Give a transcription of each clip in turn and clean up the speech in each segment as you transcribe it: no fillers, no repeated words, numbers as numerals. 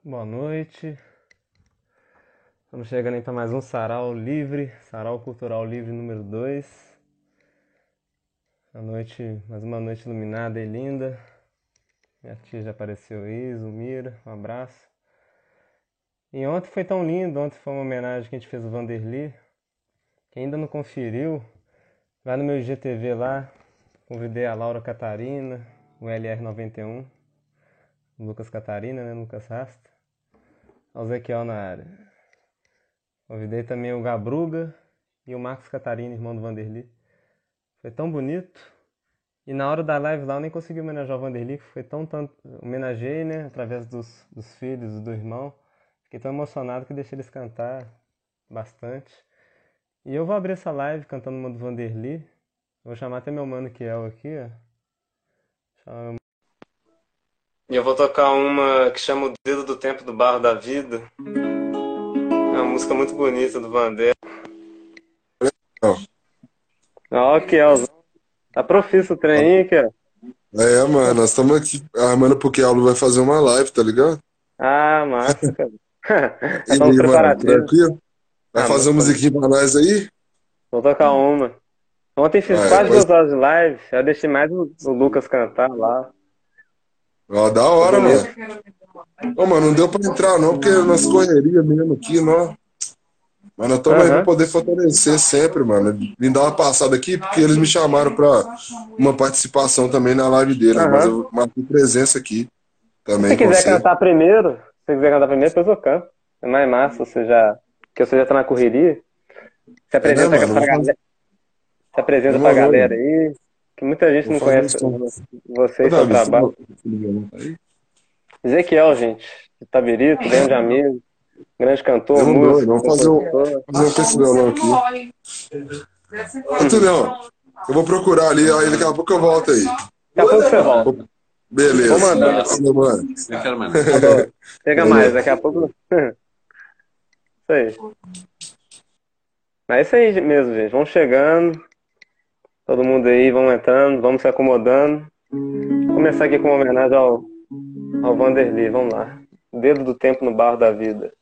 Boa noite. Estamos chegando aí para mais um Sarau Livre, Sarau Cultural Livre número 2. Mais uma noite iluminada e linda. Minha tia já apareceu aí, Zumira, um abraço. E ontem foi tão lindo, ontem foi uma homenagem que a gente fez ao Vanderly. Quem ainda não conferiu, vai no meu IGTV lá, convidei a Laura Catarina, o LR91, o Lucas Catarina, né, Lucas Rasta, ao Zequiel na área. Convidei também o Gabruga e o Marcos Catarina, irmão do Vanderly. Foi tão bonito. E na hora da live lá eu nem consegui homenagear o Vanderly, que foi tanto. Homenageei, né? Através dos filhos, do irmão. Fiquei tão emocionado que deixei eles cantar bastante. E eu vou abrir essa live cantando uma do Vanderly. Vou chamar até meu mano Kiel aqui, ó. E eu vou tocar uma que chama O Dedo do Tempo do Barro da Vida. É uma música muito bonita do Vander. Não. Ó, Kielzão. Tá profício o trem aí, Kiel. Mano, nós estamos aqui armando porque a Aula vai fazer uma live, tá ligado? Ah, massa, cara. E Estamos aí, mano, preparativos. tranquilo? Vai Ah, fazer uma muito. musiquinha pra nós aí? Vou tocar uma. Ontem fiz quase Pois, 2 horas de live. Eu deixei mais o Lucas cantar lá. ó, da Ficou hora, bonito. mano. Ô, mano, não deu pra entrar não, porque nós correria mesmo aqui, não. Mas nós estamos aí pra Aham. poder fortalecer sempre, mano. Vim dar uma passada aqui, porque eles me chamaram pra uma participação também na live deles, mas Aham. eu marquei presença aqui Se você também com quiser você. cantar primeiro, depois eu canto. É mais massa, que você já tá na correria. Se É, né, apresenta mano? pra galera, se apresenta pra Demorou, galera mano. aí. Que muita gente Vou não fazer um conhece som. você Ô, e seu Davi, trabalho. tá aí? Ezequiel, gente, de Tabirito, grande amigo, grande cantor, Demorou, músico, vamos compositor. fazer um festivalão aqui. Ô, Tulião, eu vou procurar ali, aí daqui a pouco eu volto aí. Daqui a pouco você volta. Vou Beleza. mandando. Falou, mano. Falou. Chega mais, Falou. daqui a pouco. Isso aí. Mas é isso aí mesmo, gente. Vamos chegando. Todo mundo aí, vamos entrando, vamos se acomodando. Vou começar aqui com uma homenagem ao Vanderly. Vamos lá. Dedo do tempo no barro da vida.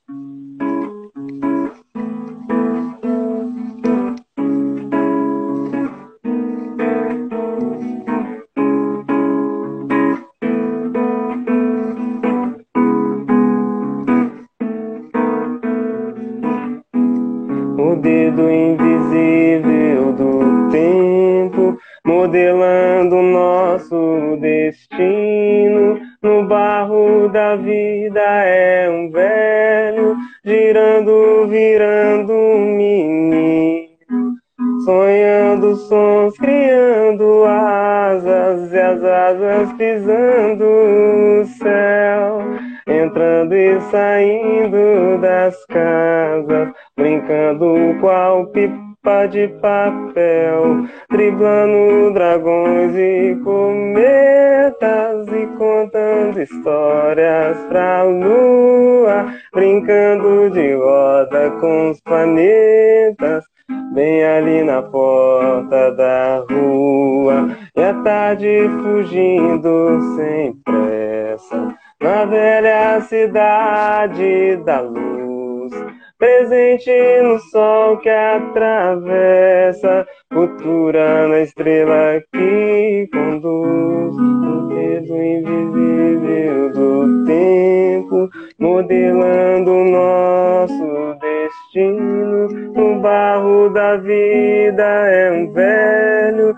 O dedo invisível do tempo, modelando nosso destino. No barro da vida é um velho, girando, virando um menino. Sonhando sons, criando asas e as asas pisando o céu, entrando e saindo das casas, brincando qual pipa de papel, driblando dragões e cometas e contando histórias pra lua, brincando de roda com os planetas. Bem ali na porta da rua, e a tarde fugindo sem pressa, na velha cidade da luz, presente no sol que atravessa, futura na estrela que conduz, o dedo invisível do tempo, modelando o nosso destino. No barro da vida é um velho,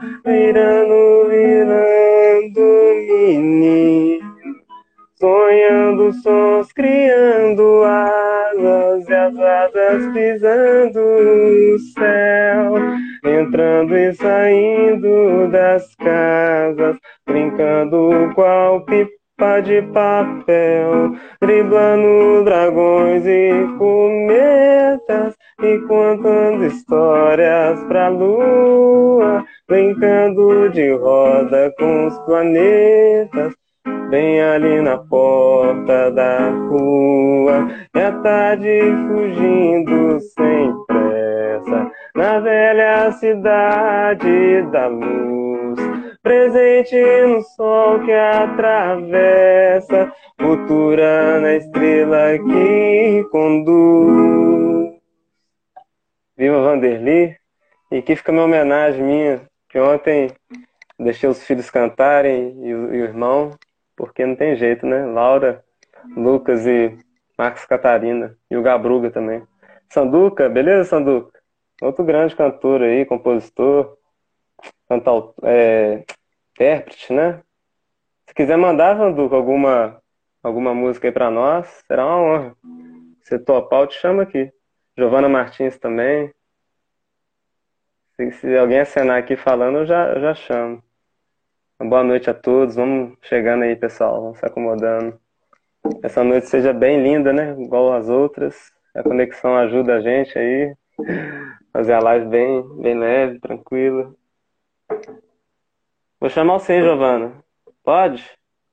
virando menino, sonhando sons, criando asas e as asas pisando o céu, entrando e saindo das casas, brincando qual pipa de papel, driblando dragões e cometas e contando histórias pra lua, brincando de roda com os planetas. Bem ali na porta da rua, e a tarde fugindo sem pressa, na velha cidade da luz, presente no sol que atravessa, futura na estrela que conduz. Viva Vanderly! E aqui fica minha homenagem minha, que ontem deixei os filhos cantarem e o irmão, porque não tem jeito, né? Laura, Lucas e Marcos Catarina, e o Gabruga também. Sanduca, beleza, Sanduca? Outro grande cantor aí, compositor, intérprete, né? Se quiser mandar, Sanduca, alguma música aí pra nós, será uma honra. Se topar, eu te chamo aqui. Giovana Martins também. Se alguém acenar aqui falando, eu já chamo. Uma boa noite a todos. Vamos chegando aí, pessoal. Vamos se acomodando. Essa noite seja bem linda, né? Igual as outras. A conexão ajuda a gente aí. Fazer a live bem leve, tranquila. Vou chamar você, Giovana. Pode?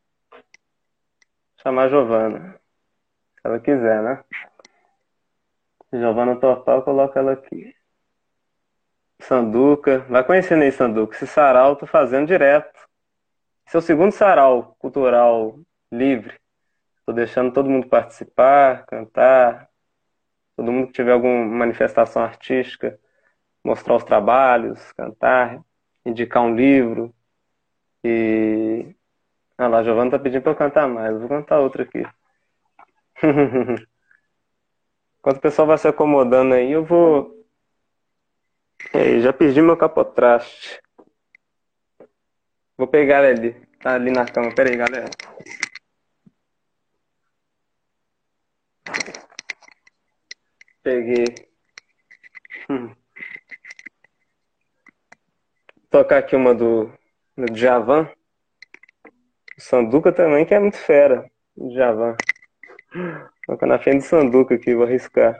Chamar a Giovana. Se ela quiser, né? Se Giovana topar, eu coloco ela aqui. Sanduca. Vai conhecendo aí, Sanduca. Esse sarau eu tô fazendo direto. Esse é o segundo sarau cultural livre. Tô deixando todo mundo participar, cantar. Todo mundo que tiver alguma manifestação artística, mostrar os trabalhos, cantar, indicar um livro. E. Ah lá, a Giovana tá pedindo pra eu cantar mais. Eu vou cantar outra aqui. Enquanto o pessoal vai se acomodando aí, eu vou. Aí, já perdi meu capotraste. Vou pegar ele ali. Tá ali na cama. Pera aí, galera. Peguei. Tocar aqui uma do Djavan. O Sanduca também, que é muito fera. O Djavan. Vou tocar na frente do Sanduca aqui, vou arriscar.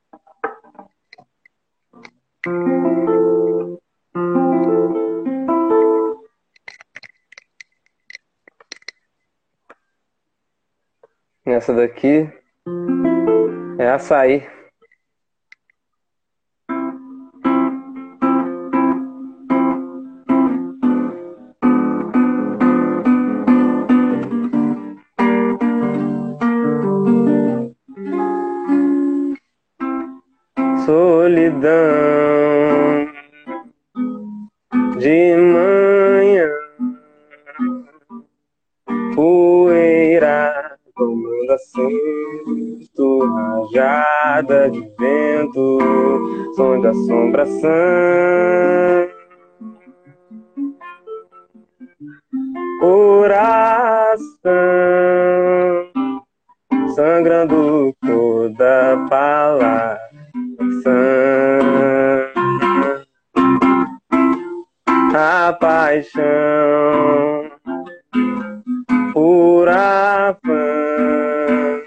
Essa daqui é Açaí. Solidão de manhã, poeira tomando assento, rajada de vento, som da assombração, coração sangrando toda palavra. A paixão pura fã,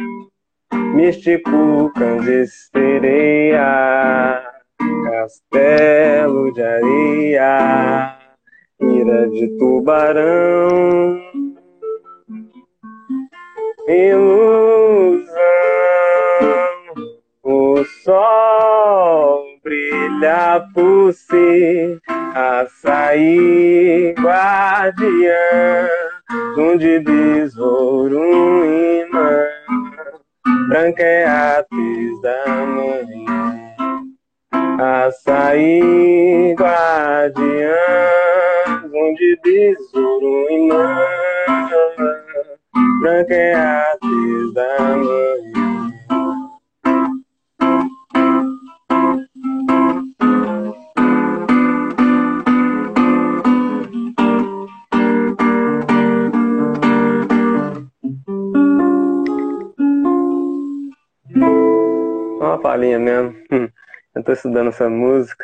místico cão de sereia, castelo de areia, ira de tubarão, ilusão. O sol brilha por si, açaí guardiã, de besouro, um imã, branca é a atriz da manhã. Açaí guardiã, de besouro, um imã, branca é a atriz da manhã. Uma palhinha mesmo. Eu tô estudando essa música.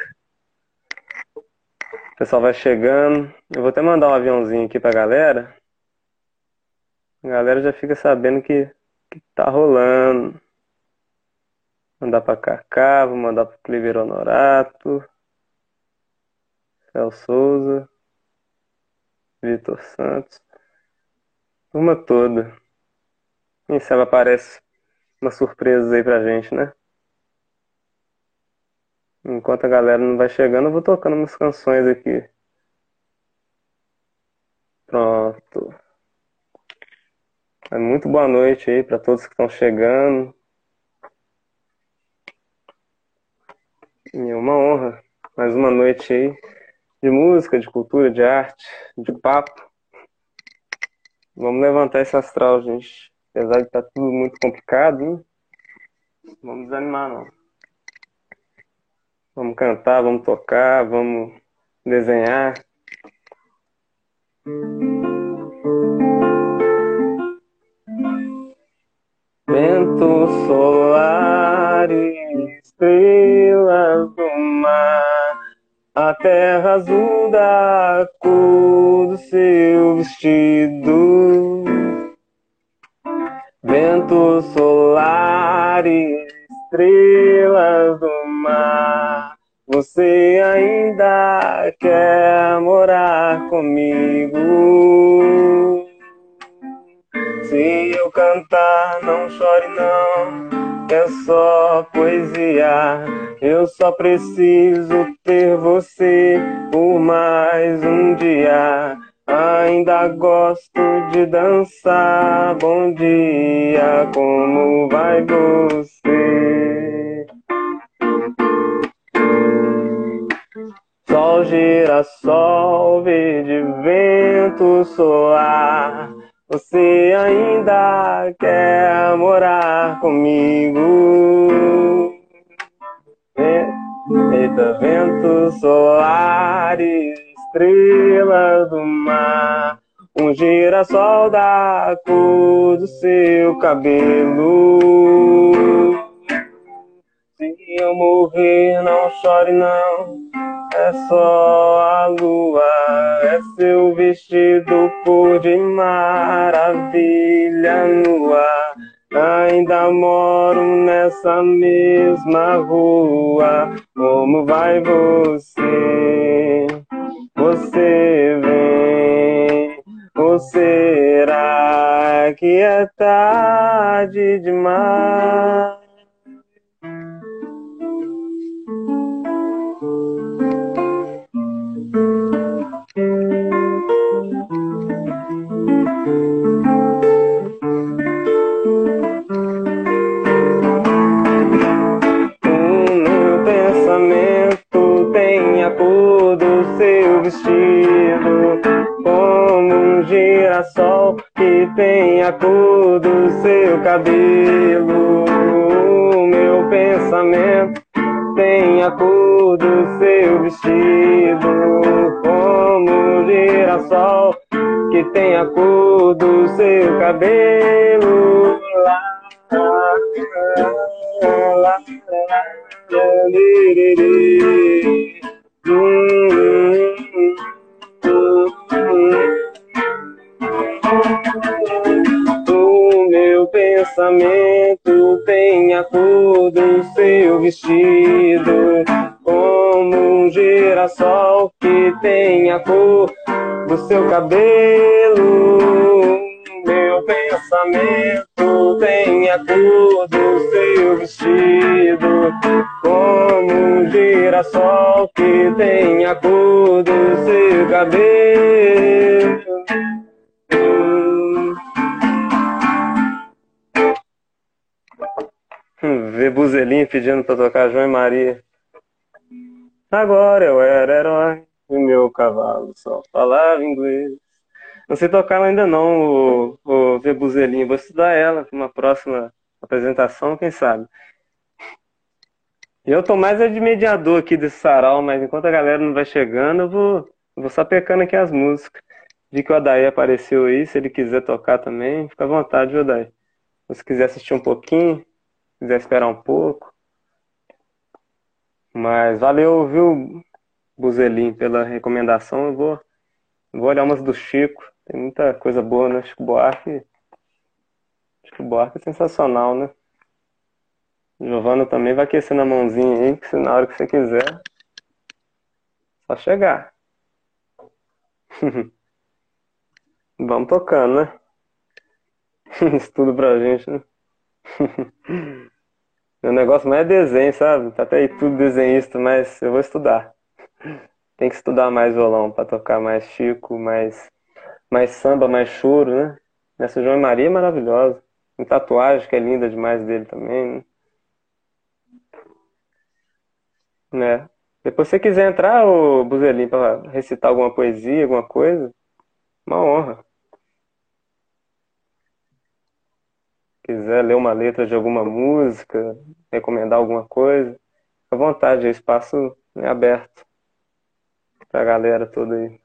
O pessoal vai chegando. Eu vou até mandar um aviãozinho aqui pra galera. A galera já fica sabendo que tá rolando. Mandar pra Cacá, vou mandar pro Cliver Honorato, Céu Souza, Vitor Santos. Turma toda. Quem sabe aparece umas surpresas aí pra gente, né? Enquanto a galera não vai chegando, eu vou tocando umas canções aqui. Pronto. Muito boa noite aí para todos que estão chegando. É uma honra. Mais uma noite aí de música, de cultura, de arte, de papo. Vamos levantar esse astral, gente. Apesar de estar tudo muito complicado, hein? Vamos desanimar, não. Vamos cantar, vamos tocar, vamos desenhar. Vento solar e estrelas do mar, a terra azul da cor do seu vestido. Vento solar e estrelas do mar, você ainda quer morar comigo? Se eu cantar, não chore não, é só poesia. Eu só preciso ter você por mais um dia. Ainda gosto de dançar. Bom dia, como vai você? Sol, girassol, verde, vento solar, você ainda quer morar comigo? Eita, vento solar, estrela do mar, um girassol da cor do seu cabelo. Se eu morrer, não chore não, é só a lua, é seu vestido cor de maravilha nua. Ainda moro nessa mesma rua, como vai você? Você vem, ou será que é tarde demais? Tem a cor do seu vestido, como um girassol que tem a cor do seu cabelo. O meu pensamento tem a cor do seu vestido, como um girassol que tem a cor do seu cabelo. O meu pensamento tem a cor do seu vestido, como um girassol que tem a cor do seu cabelo. Meu pensamento tem a cor do seu vestido, como um girassol que tem a cor do seu cabelo. Vê Buzelinho pedindo pra tocar João e Maria. Agora eu era herói e meu cavalo só falava inglês. Não sei tocar ela ainda não, o Vebuzelinho. Vou estudar ela para uma próxima apresentação, quem sabe. Eu tô mais de mediador aqui desse sarau, mas enquanto a galera não vai chegando, eu vou sapecando aqui as músicas. Vi que o Adair apareceu aí, se ele quiser tocar também, fica à vontade, Adair. Se quiser assistir um pouquinho, quiser esperar um pouco. Mas valeu, viu, Buzelinho, pela recomendação. Eu vou olhar umas do Chico. Tem muita coisa boa, né? Chico Buarque é sensacional, né? Giovana também vai aquecendo a mãozinha aí, que na hora que você quiser, só chegar. Vamos tocando, né? Estudo pra gente, né? Meu negócio mais é desenho, sabe? Tá até aí tudo desenhista, mas eu vou estudar. Tem que estudar mais violão pra tocar mais Chico, mais mais samba, mais choro, né? Essa João e Maria é maravilhosa. Tem tatuagem que é linda demais dele também, né? Depois se você quiser entrar, ô Buzelinho, pra recitar alguma poesia, alguma coisa, uma honra. Quiser ler uma letra de alguma música, recomendar alguma coisa, fica à vontade, o espaço é aberto pra galera toda aí.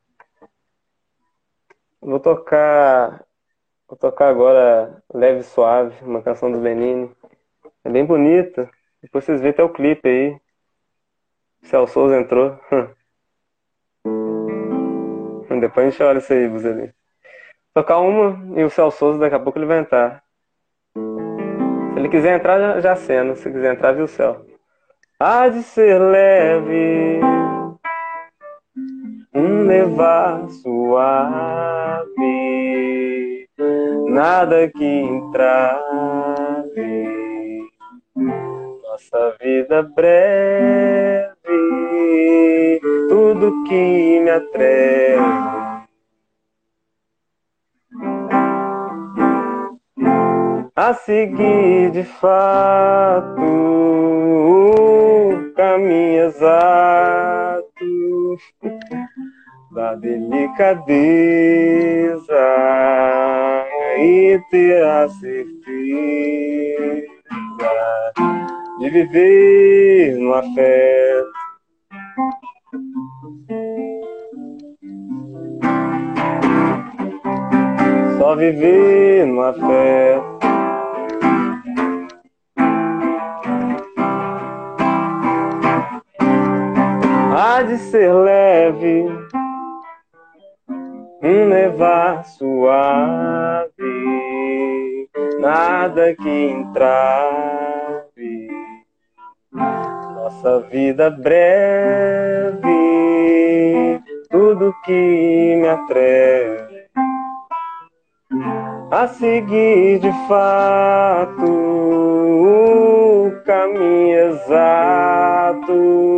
Vou tocar, vou tocar agora Leve e Suave, uma canção do Lenine. É bem bonita. Depois vocês veem até o clipe aí. O Celso Souza entrou. Depois a gente olha isso aí, Buzelinho. Tocar uma e o Celso Souza daqui a pouco ele vai entrar. Se ele quiser entrar, já acena. Se quiser entrar, viu o céu. Há de ser leve, um levar suave, nada que entrave nossa vida breve, tudo que me atreve. A seguir de fato o caminho exato da delicadeza e ter a certeza de viver no afeto. Só viver no afeto. Há de ser leve, um levar suave, nada que entrave nossa vida breve, tudo que me atreve a seguir de fato o caminho exato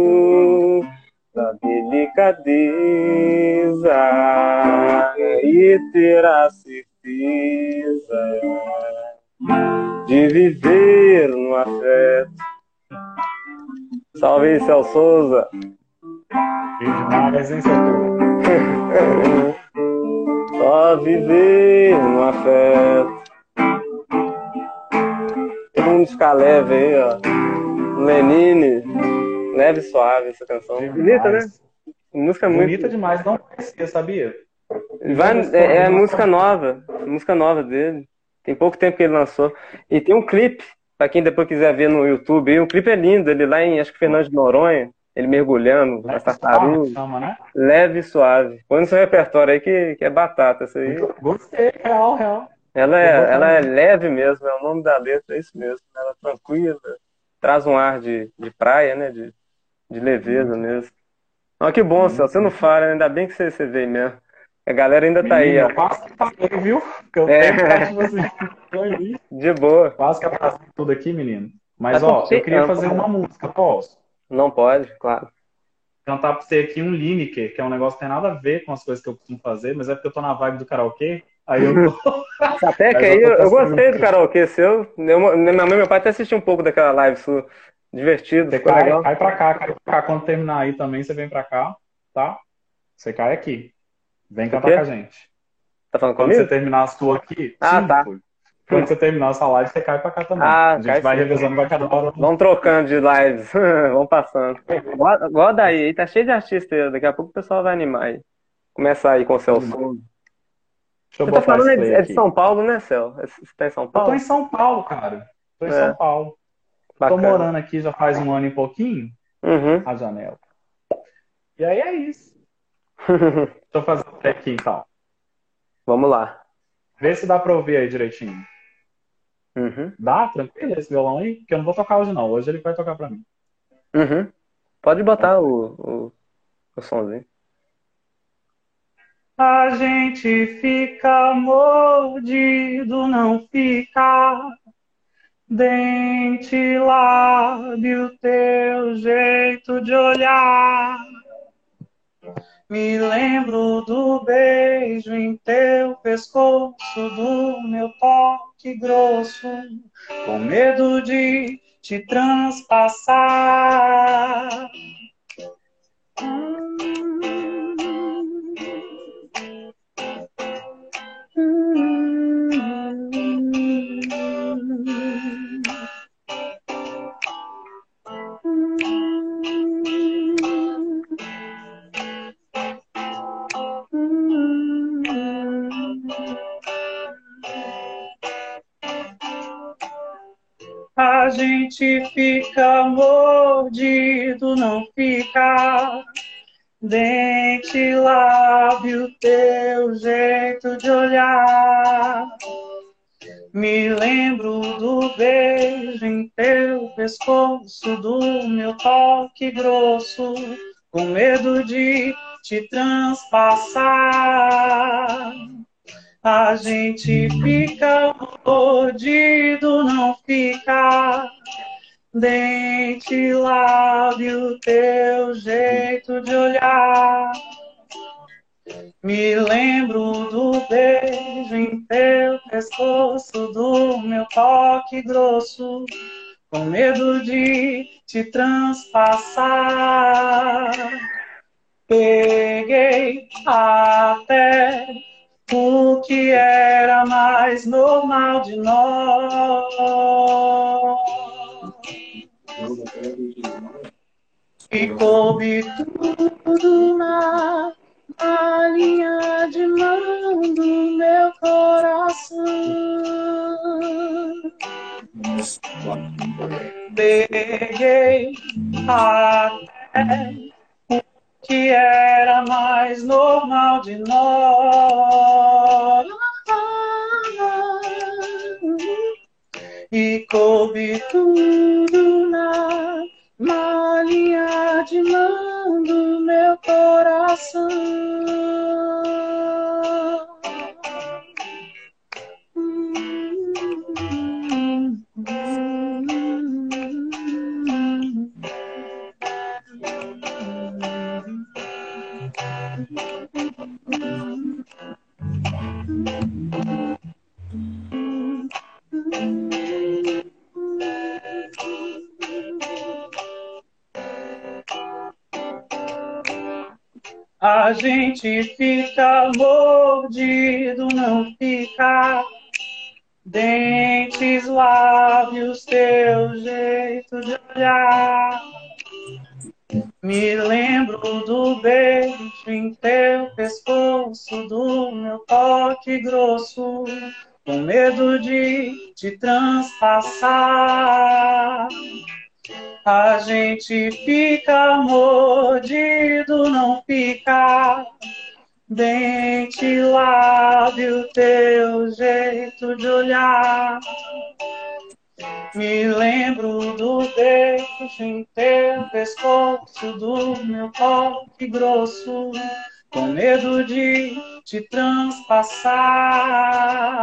da delicadeza e ter a certeza de viver no afeto. Salve aí, Celso Souza. Demais, hein, seu Só viver no afeto. Todo mundo ficar leve aí, ó. Lenine, leve e suave essa canção. Bonita, né? Música muito bonita demais, não conhecia, sabia? É música nova dele. Tem pouco tempo que ele lançou. E tem um clipe, pra quem depois quiser ver no YouTube. E o clipe é lindo, ele lá em, acho que Fernando de Noronha, ele mergulhando nas tartarugas. Né? Leve e suave. Põe no seu repertório aí que é batata essa aí. Gostei, real. Ela é leve mesmo, é o nome da letra, é isso mesmo. Ela é tranquila, traz um ar de praia, né? De leveza mesmo. Ó, que bom, Celso. Você não fala, ainda bem que você veio mesmo. A galera ainda tá aí, ó. Eu quase que falei, viu? Porque eu tenho tipo assim, de boa. Quase que atrasei tudo aqui, menino. Mas, ó, eu queria fazer uma música, posso? Não pode, claro. Cantar pra você aqui um Lineker, que é um negócio que tem nada a ver com as coisas que eu costumo fazer, mas é porque eu tô na vibe do karaokê. Aí eu tô. Até que aí eu gostei do karaokê seu. Minha mãe e meu pai até assistiram um pouco daquela live sua. Divertido, você cai pra cá, cai pra cá. Quando terminar aí também, você vem pra cá, tá? Você cai aqui. Vem cantar com a gente. Tá falando Quando comigo? você terminar a sua aqui, tá. Quando você terminar essa live, você cai pra cá também. A gente vai revezando, vai cada hora. Vamos trocando de lives. Vamos passando. Igual daí, tá cheio de artistas. Daqui a pouco o pessoal vai animar aí. Começar aí com o Celso. Deixa eu Você tá falando é de São Paulo, né, Cel? Você tá em São Paulo? Eu tô em São Paulo, cara. Tô em São Paulo. Bacana. Tô morando aqui já faz um ano e pouquinho. A janela. E aí é isso. Deixa eu fazer o aqui então. Vamos lá. Vê se dá pra ouvir aí direitinho. Dá? Tranquilo esse violão aí? Porque eu não vou tocar hoje não. Hoje ele vai tocar pra mim. Pode botar o somzinho. A gente fica mordido, não fica. Dente, lábio, teu jeito de olhar. Me lembro do beijo em teu pescoço, do meu toque grosso, com medo de te transpassar. A gente fica mordido, não fica. Dente, lábio, teu jeito de olhar. Me lembro do beijo em teu pescoço, do meu toque grosso, com medo de te transpassar. A gente fica mordido, não fica. Dente, lábio, teu jeito de olhar. Me lembro do beijo em teu pescoço, do meu toque grosso, com medo de te transpassar. Peguei até o que era mais normal de nós. E coube tudo na linha de mão do meu coração. Peguei até o que era mais normal de nós. E coube tudo na linha de mão do meu coração. A gente fica mordido, não fica. Dentes, lábios, teu jeito de olhar. Me lembro do beijo em teu pescoço, do meu toque grosso, com medo de te transpassar. A gente fica mordido, não fica. Dente, lábio, teu jeito de olhar. Me lembro do beijo em teu pescoço, do meu toque grosso, com medo de te transpassar.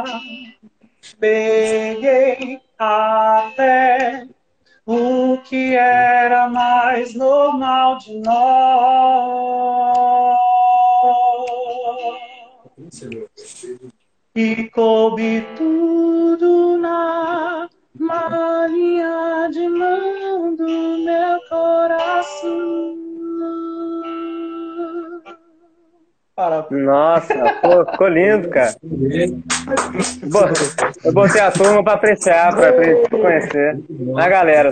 Peguei até o que era mais normal de nós. E coube tudo na linha de mão do meu coração. Nossa, pô, ficou lindo, cara. Eu botei a turma para apreciar, para conhecer. A galera.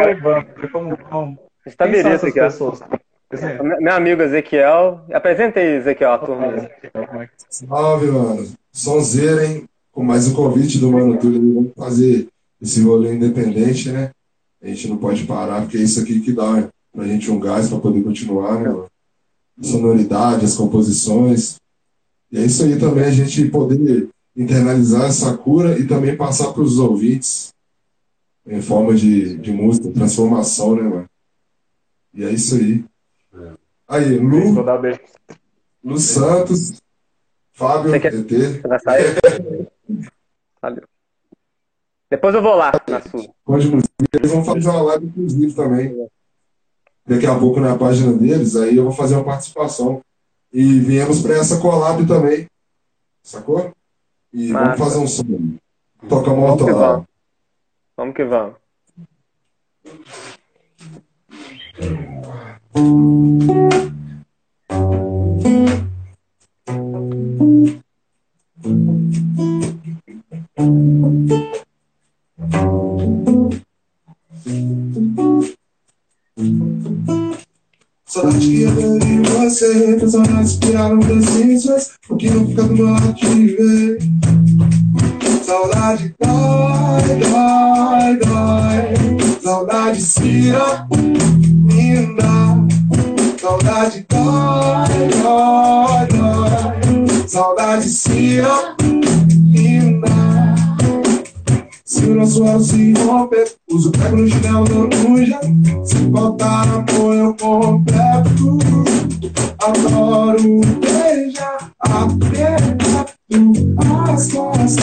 Estabeleça aqui, ó. Meu amigo Ezequiel. Apresentei, Ezequiel, a turma. Salve, mano. Sonzeira, hein? Com mais um convite do Mano Túlio. Vamos fazer esse rolê independente, né? A gente não pode parar, porque é isso aqui que dá pra gente um gás pra poder continuar, né, mano? Sonoridade, as composições. E é isso aí também, a gente poder internalizar essa cura e também passar para os ouvintes em forma de música, transformação, né, mano? E é isso aí. Aí, Lu Santos, Fábio, ET. Depois eu vou lá na sua. Eles vão fazer uma live inclusive também. Daqui a pouco na página deles, aí eu vou fazer uma participação. E viemos para essa collab também. Sacou? E Massa. vamos fazer um som. Toca uma autoral. Vamos que vamos. Saudade que eu dei de você, personagens inspiraram decisões, o que não fica do meu lado de ver. Saudade dói, dói, dói. Saudade cira, linda. Saudade dói, dói, dói. Saudade cira, linda. Se o nosso elo se romper, uso o prego no chinelo dando já. Se faltar amor eu completo. Adoro beijar, apertar as costas.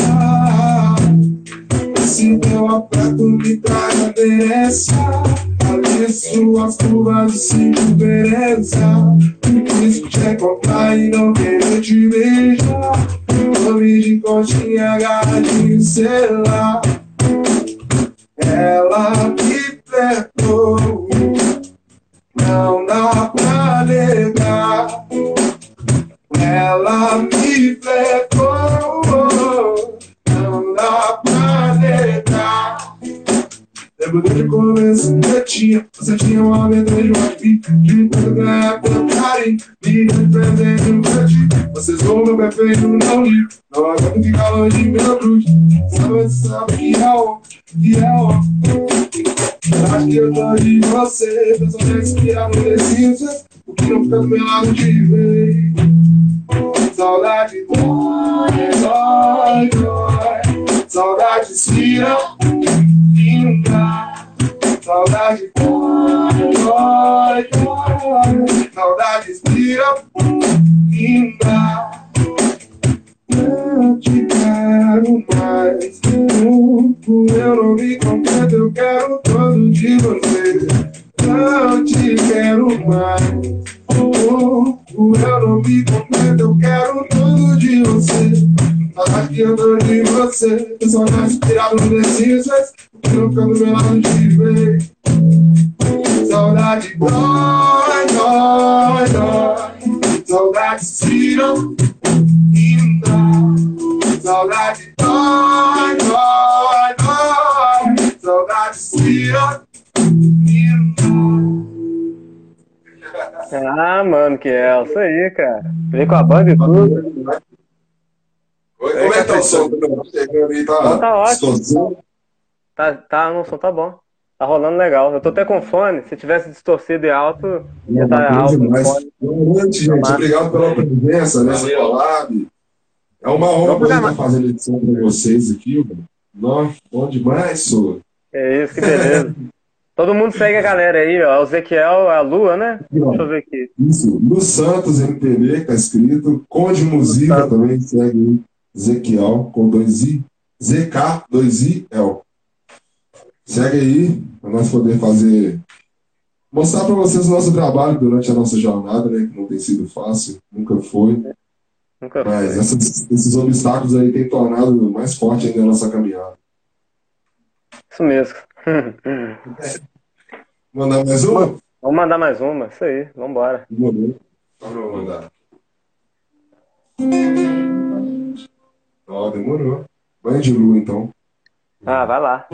Se meu aperto me traz aderência, ali suas curvas de circunferência. Quis te encontrar e não querer te beijar. Nome de conchinha, agarradinho, sei lá. Ela me flertou, não dá pra negar. Ela me flertou, não dá pra negar. Lembro desde o começo, você tinha uma medalha de de tanto ganhar pelo carinho. Me deu presente no cantinho, vocês vão meu perfeito, não ligo. Não aguento ficar longe, meu cruz. Sabe que é o, que é o. Acho que eu tô de você, pensando em inspirar no decisão, o que não fica do meu lado de vez. Saudade dói, dói, dói. Saudade inspira, linda. Saudade dói, dói, dói. Saudade inspira, linda. Eu te quero mais. Eu não me completo, eu quero todo de você. Eu te quero mais. Eu não me completo, eu quero tudo de você. Saudade que eu dou de você. Personagem inspirado no decisões, que não fica do meu lado de vez. Saudade dói, dói, dói. Saudade tira, linda. Saudade dói, dói, dói. Saudade tira, linda. Ah, mano, que é isso aí, cara. Veio com a banda e tudo. Oi, como é que tá o som? Tá ótimo. O som tá bom. Tá rolando legal. Eu tô até com fone. Se tivesse distorcido e alto, ia estar alto. Boa noite, gente. Obrigado pela presença nessa collab. É uma honra poder estar fazendo edição para vocês aqui, mano. Nossa, bom demais, senhor. É isso, que beleza. Todo mundo segue a galera aí, ó. O Ezequiel, a Lua, né? Deixa eu ver aqui. Isso, Lu Santos MPB, que tá escrito. Conde Musica também, segue aí. Ezequiel, com 2i. ZK, 2i-L. Segue aí, para nós poder fazer. Mostrar para vocês o nosso trabalho durante a nossa jornada, né? Que não tem sido fácil, nunca foi. Mas esses obstáculos aí têm tornado mais forte ainda a nossa caminhada. Isso mesmo. Mandar mais uma? Vamos mandar mais uma, isso aí, vambora. Demorou. Só pra eu mandar. Ó, demorou. Banho de lua, então. Ah, vai lá.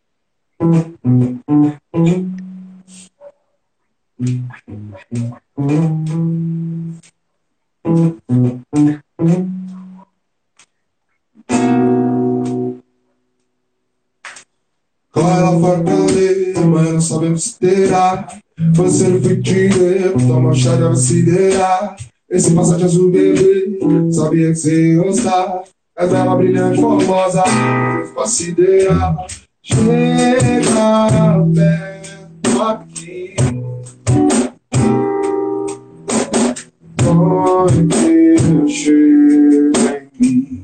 Ela foi cadeira, mas não sabemos se terá. Você não foi direito, toma chá de vacileira. Esse passagem azul bebê, sabia que você ia gostar. É bela, brilhante, formosa, facideira. Chega perto aqui. Onde eu chego em mim.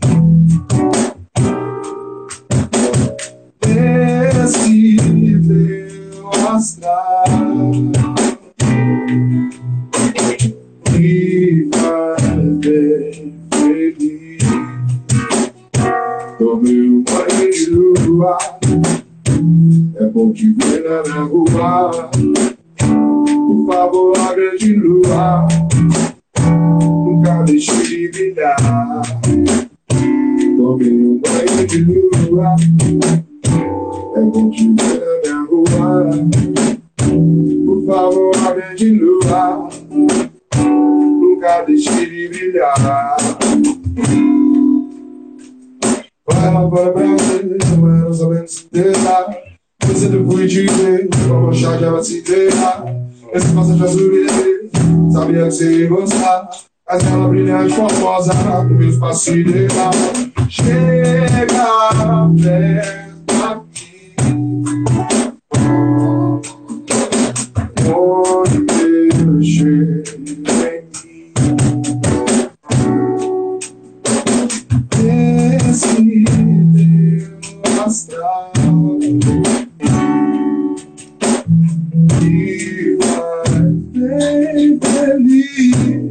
Esse teu astral que vai É bom te ver na minha rua. Por favor, a grande lua nunca deixe de brilhar. Tomei um banho de lua. É bom te ver na minha rua. Por favor, a grande lua nunca deixe de brilhar. Vai lá para Brasil, não sabendo se terá. Você não fui te ver, vou achar que ela se terá. Esse passa de azul e sabia que você ia gostar. Mas ela brilhante, formosa, com meus passos e levar. Chega perto aqui, onde eu chego em mim. Esse teu astral que vai bem feliz.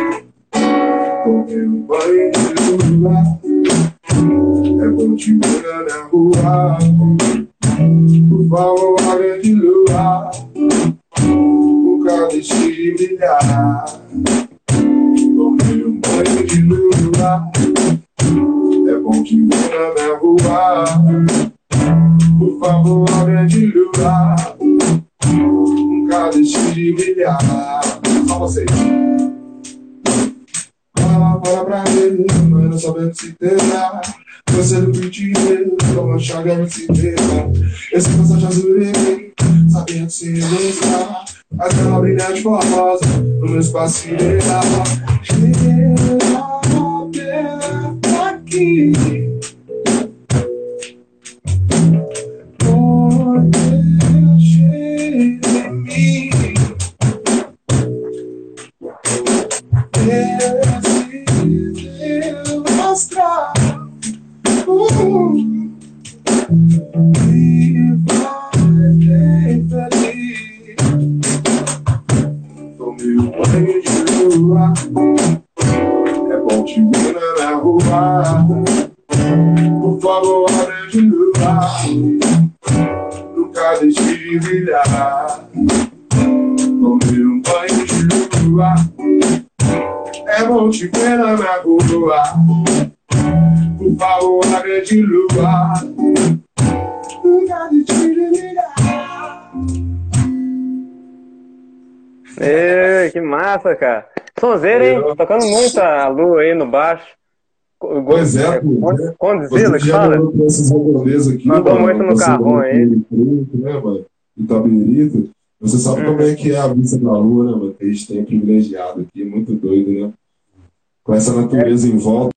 Tomei um banho de lua. É bom te ver na minha rua. Por favor, a grande lua nunca deixe de brilhar. Tomei um banho de lua. É bom te ver na minha rua. Por favor, a grande lua nunca deixe de brilhar. Só vocês. Para pra ver, mas não sabendo se terá. Você não viu te ver, não enxerga se terá. Esse passagem azul em mim, sabendo se gostar. Mas ela brilhante formosa, no meu espaço irá. Chega perto aqui, onde eu chego em mim. Mostrar e vai bem feliz. Tomei um banho de lua. É bom te ver na minha rua. Por favor, a grande lua nunca deixe de brilhar. Tomei um banho de lua. É bom te ver na minha rua. Por favor, a grande lua nunca deixe de brilhar. Ei, que massa, cara. Sonzeira, hein? Tocando muito a lua aí no baixo. Pois é, Condzilla, que fala? Mandou muito no carrão aí. Né, mano? Itabirito. Você sabe como é que é a vista da lua, né, mano? Que a gente tem privilegiado aqui, muito doido, né? Com essa natureza em volta.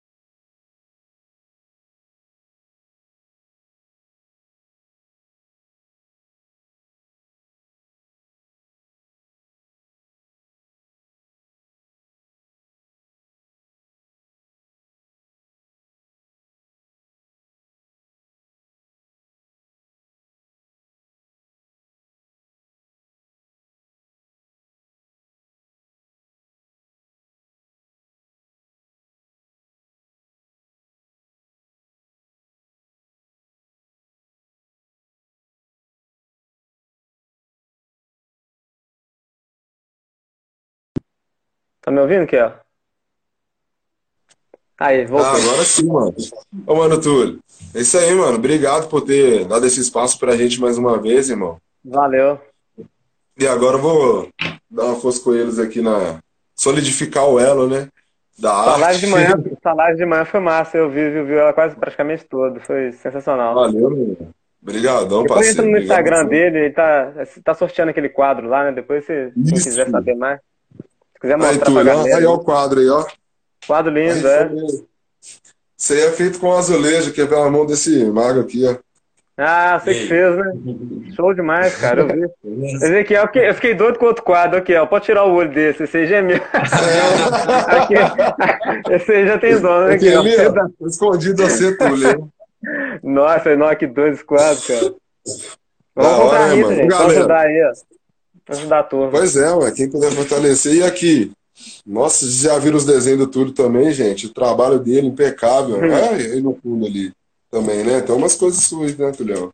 Tá me ouvindo, Kel? Aí, voltou. Agora sim, mano. Ô, mano, Túlio. É isso aí, mano. Obrigado por ter dado esse espaço pra gente mais uma vez, irmão. Valeu. E agora eu vou dar uma força com eles aqui solidificar o elo, né? Da arte. Essa live de manhã foi massa. Eu vi ela quase praticamente toda. Foi sensacional. Valeu, meu. Obrigadão, depois parceiro. Entra no Instagram dele, ele tá sorteando aquele quadro lá, né? Depois, quem quiser saber mais, se quiser mostrar pra galera. Aí, ó, o quadro aí, ó. Quadro lindo, Isso aí é feito com azulejo, que é pela mão desse mago aqui, ó. Ah, você que fez, né? Show demais, cara, eu vi. Ezequiel, eu fiquei doido com outro quadro aqui, ó. Pode tirar o olho desse, esse aí já é meu. Aqui, esse aí já tem dono, né? Aqui, escondido a ser Túlio. Nossa, que doido esse quadro, cara. Vamos comprar isso, gente. Vamos ajudar aí, ó. Vamos ajudar a turma. Pois é, mano. Quem puder fortalecer. E aqui? Nossa, vocês já viram os desenhos do Túlio também, gente? O trabalho dele impecável. Aí no fundo ali também, né? Tem umas coisas suas, né, Tulião?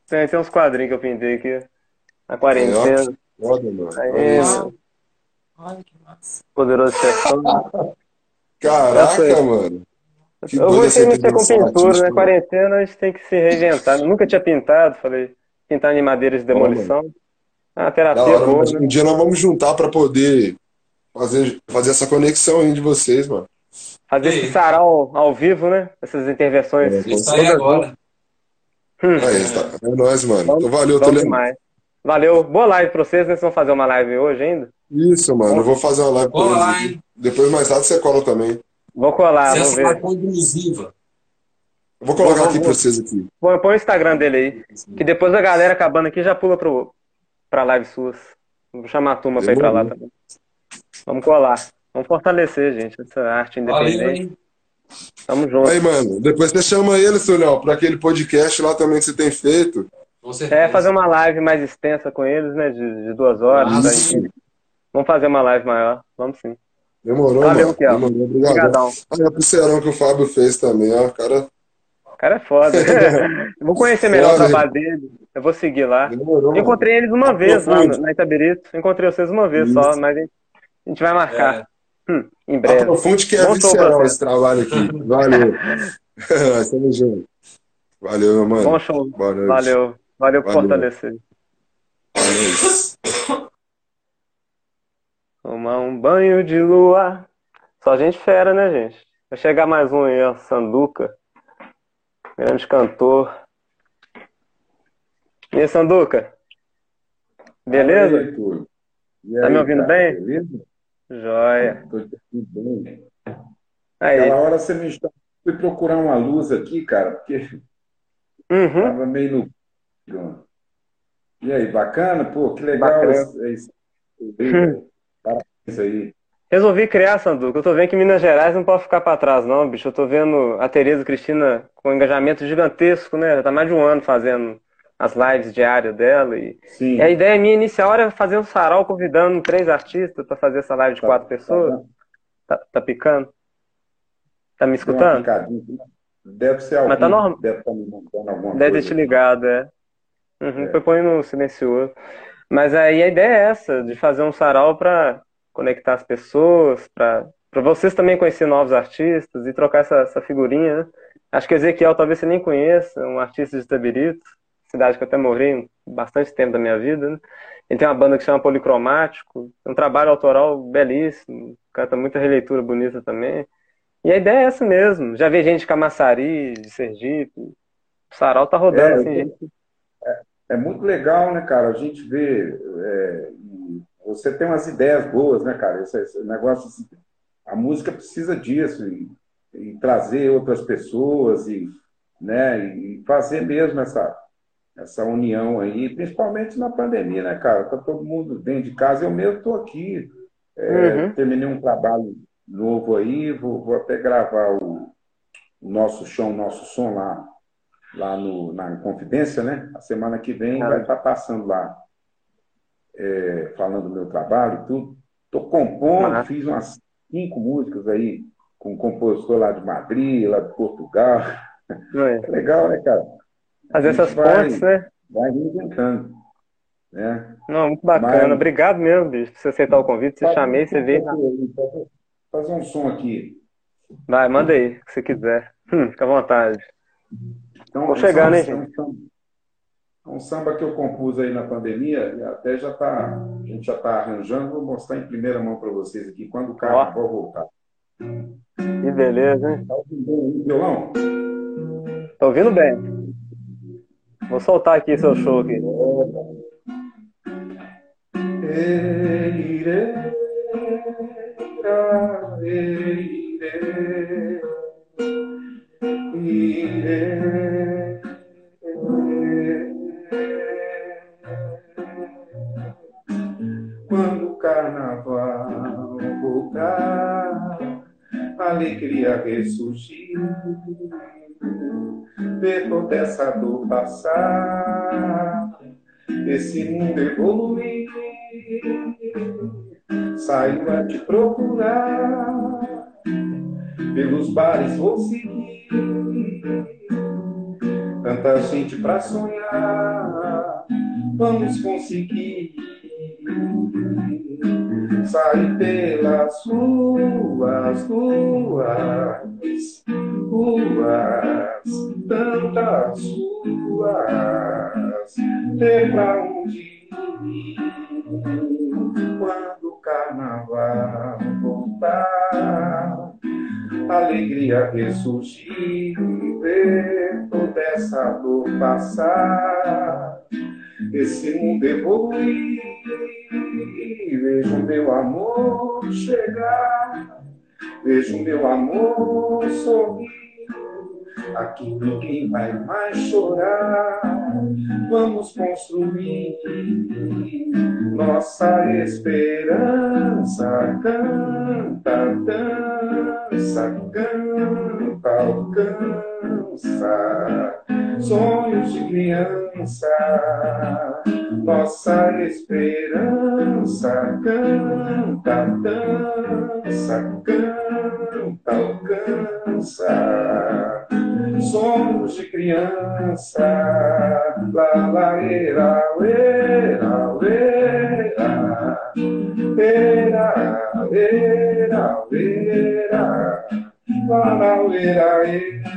Tem uns quadrinhos que eu pintei aqui na quarentena. Foda, mano. Aí, Olha que massa. Poderoso Chefão. Caraca, mano. Que Eu doida essa comecei a mexer com integração pintura, né? artística, mano. Quarentena a gente tem que se reinventar. Eu nunca tinha pintado, falei, pintar em madeira de Ó, mano. demolição. Ah, Da terapia hora, boa, mas né? um dia nós vamos juntar pra poder fazer essa conexão aí de vocês, mano. Fazer esse sarau ao vivo, né? Essas intervenções Isso aí todas agora. Aí, é nóis, mano. Vamos, Então valeu, vamos Toledo. demais. Valeu. Boa live pra vocês, né? Vocês vão fazer uma live hoje ainda? Isso, mano. Eu vou fazer uma live com Cola eles lá, aqui. hein? Depois, mais tarde, você cola também. Vou colar, vamos Acesso ver. lá conclusiva. Eu vou colocar Vou- aqui vou- pra vocês aqui. Põe o Instagram dele aí. Que depois a galera acabando aqui já pula pra live suas. Vou chamar a turma pra ir pra lá Demorou. também. Vamos colar. Vamos fortalecer, gente, essa arte Valeu, independente. hein? Tamo junto. Aí, mano. Depois você chama ele, seu Léo, pra aquele podcast lá também que você tem feito. Com certeza. É, fazer uma live mais extensa com eles, né? De 2 horas. Isso. Aí, vamos fazer uma live maior. Vamos sim. Demorou, Valeu, mano. Kel. Demorou. Obrigado. Obrigadão. Aí, o pulseirão que o Fábio fez também, ó. Cara, O cara é foda. Eu vou conhecer melhor o Foda, trabalho dele. Eu vou seguir lá. demorou, Eu mano. encontrei eles uma vez lá Aprofunde. na Itabirito. Encontrei vocês uma vez só, mas a gente vai marcar. Em breve. Aprofunde que é Bom show pra visceral você. esse trabalho aqui. Valeu. Nós estamos juntos. Valeu, meu mano. Bom show. Boa noite. Valeu. Valeu por Valeu. fortalecer. Boa noite. Tomar um banho de lua. Só gente fera, né, gente? Vai chegar mais um aí, ó. Sanduca. Grande cantor. E aí, Sanduca? Beleza? Aí, Arthur. E Tá aí, me ouvindo cara, bem? beleza? Joia. Tô te ouvindo bem. Aí. Aquela hora você me chamou, fui procurar uma luz aqui, cara, porque Uhum. tava meio no. E aí, bacana? Pô, que legal Bacana. esse velho. Parabéns aí. Resolvi criar, Sanduca. Eu tô vendo que Minas Gerais não pode ficar pra trás, não, bicho. Eu tô vendo a Tereza Cristina com um engajamento gigantesco, né? Já tá mais de um ano fazendo as lives diárias dela. E Sim. a ideia minha inicial era fazer um sarau convidando 3 artistas pra fazer essa live de 4 pessoas. Tá picando? Tá me Deu uma escutando? picadinha. Deve ser alguém. Mas tá normal. Deve estar me mandando alguma Deve ter coisa. te ligado, é. Uhum, foi põe no silencioso. Mas aí a ideia é essa, de fazer um sarau pra conectar as pessoas, pra vocês também conhecer novos artistas e trocar essa figurinha, né? Acho que Ezequiel talvez você nem conheça, um artista de Itabirito, cidade que eu até morei bastante tempo da minha vida, né? Ele tem uma banda que chama Policromático, um trabalho autoral belíssimo, canta muita releitura bonita também. E a ideia é essa mesmo. Já vi gente de Camaçari, de Sergipe. O sarau tá rodando, assim, gente. É muito legal, né, cara? A gente vê. Você tem umas ideias boas, né, cara? Esse negócio assim, a música precisa disso, e trazer outras pessoas, né, e fazer mesmo essa união aí, principalmente na pandemia, né, cara? Tá todo mundo dentro de casa. Eu mesmo tô aqui, terminei um trabalho novo aí, vou até gravar o nosso som lá na Confidência, né? A semana que vem vai estar passando lá, falando do meu trabalho e tudo. Estou compondo, fiz umas 5 músicas aí com um compositor lá de Madrid, lá de Portugal. É legal, né, cara? Fazer essas pontes, né? Vai reinventando, né? Não, muito bacana. Obrigado mesmo, bicho, por você aceitar o convite. Você chamei, você veio. Fazer um som aqui. Vai, manda aí, o que você quiser. Fica à vontade. Então, vou chegar, né, gente? Um samba que eu compus aí na pandemia, e até a gente já está arranjando, vou mostrar em primeira mão para vocês aqui, quando o carnaval voltar. Que beleza, hein? Tá ouvindo bem aí, violão? Tô ouvindo bem. Vou soltar aqui seu show aqui. Quando o carnaval voltar, a alegria ressurgir, ver toda essa dor passar, esse mundo evoluir, saio a te procurar, pelos bares vou seguir, tanta gente para sonhar, vamos conseguir sair pelas ruas, tantas ruas, ter pra onde ir quando o carnaval voltar. Alegria ressurgir, ver toda essa dor passar, esse mundo evoluir, vejo meu amor chegar, vejo meu amor sorrir, aqui ninguém vai mais chorar, vamos construir nossa esperança, canta, dança, canta, alcança, sonhos de criança, nossa esperança, canta, dança, canta, alcança, sonhos de criança, la la era, era, era, era, era, era, la la era,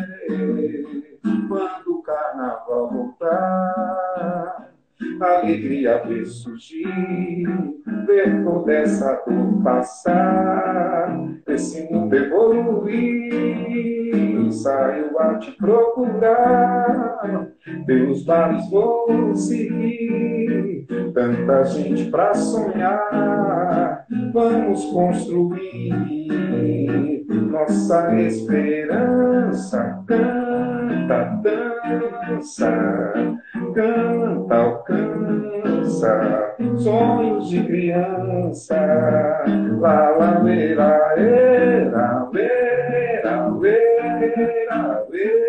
quando o carnaval voltar, alegria ver surgir, ver toda essa dor passar, esse mundo evoluir, saiu a te procurar, teus bares vou seguir, tanta gente pra sonhar, vamos construir nossa esperança, canta, dança, canta, alcança, sonhos de criança, la la vera, era, vera, vera,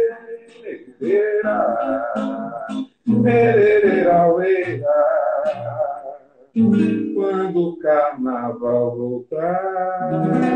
vera, vera, quando o carnaval voltar.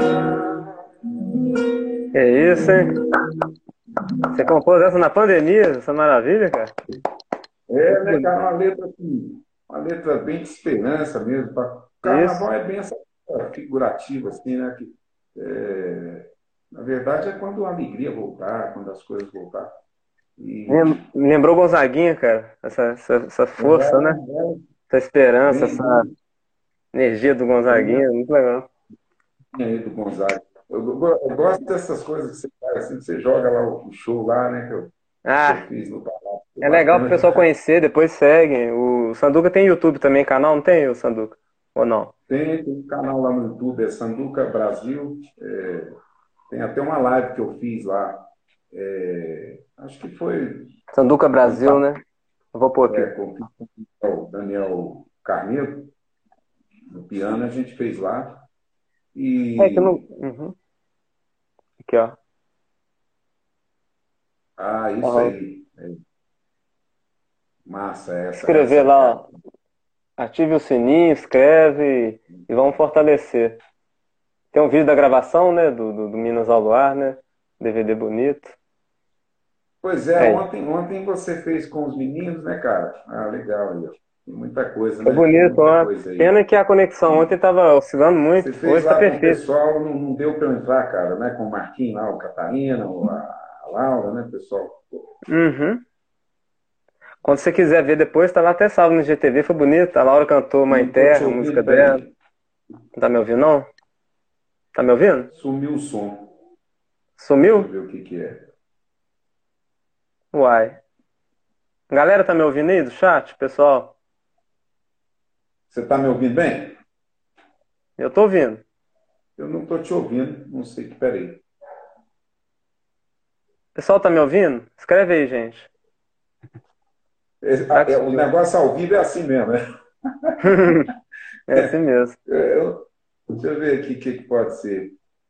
É isso, hein? Você compôs essa na pandemia, essa maravilha, cara? É, né, cara? Uma letra bem de esperança mesmo. Carnaval é bem essa figurativa, assim, né? Que, na verdade, é quando a alegria voltar, quando as coisas voltar. E... Me lembrou Gonzaguinha, cara. Essa força, né? Essa esperança, essa energia do Gonzaguinha, muito legal. Do Gonzaga. Eu gosto dessas coisas que você faz, assim, que você joga lá o show lá, né? Que eu fiz no Palácio. É legal pro pessoal conhecer, depois segue. O Sanduca tem YouTube também, canal, não tem, o Sanduca? Ou não? Tem um canal lá no YouTube, é Sanduca Brasil. Tem até uma live que eu fiz lá. Acho que foi. Sanduca Brasil, né? Eu vou pôr aqui. Com o Daniel Carneiro, no piano, a gente fez lá. E... que eu não... Aqui, ó. Isso aí. Massa essa. Escrever lá, ó. Ative o sininho, escreve e vamos fortalecer. Tem um vídeo da gravação, né? Do Minas ao Luar, né? DVD bonito. Pois é, ontem você fez com os meninos, né, cara? Legal aí, ó. Tem muita coisa, né? Foi bonito, ó. Pena que a conexão ontem tava oscilando muito. Você fez lá com o pessoal, não deu pra eu entrar, cara, né? Com o Marquinhos lá, o Catarina, a Laura, né, pessoal? Quando você quiser ver depois, tá lá até salvo no GTV, foi bonito. A Laura cantou Mãe Terra, a música dela. Não tá me ouvindo, não? Tá me ouvindo? Sumiu o som. Sumiu? Deixa eu ver o que é. Uai. Galera, tá me ouvindo aí do chat, pessoal? Você tá me ouvindo bem? Eu tô ouvindo. Eu não tô te ouvindo, não sei que, peraí. Pessoal, tá me ouvindo? Escreve aí, gente. O negócio ao vivo é assim mesmo, né? É assim mesmo. Deixa eu ver aqui o que pode ser.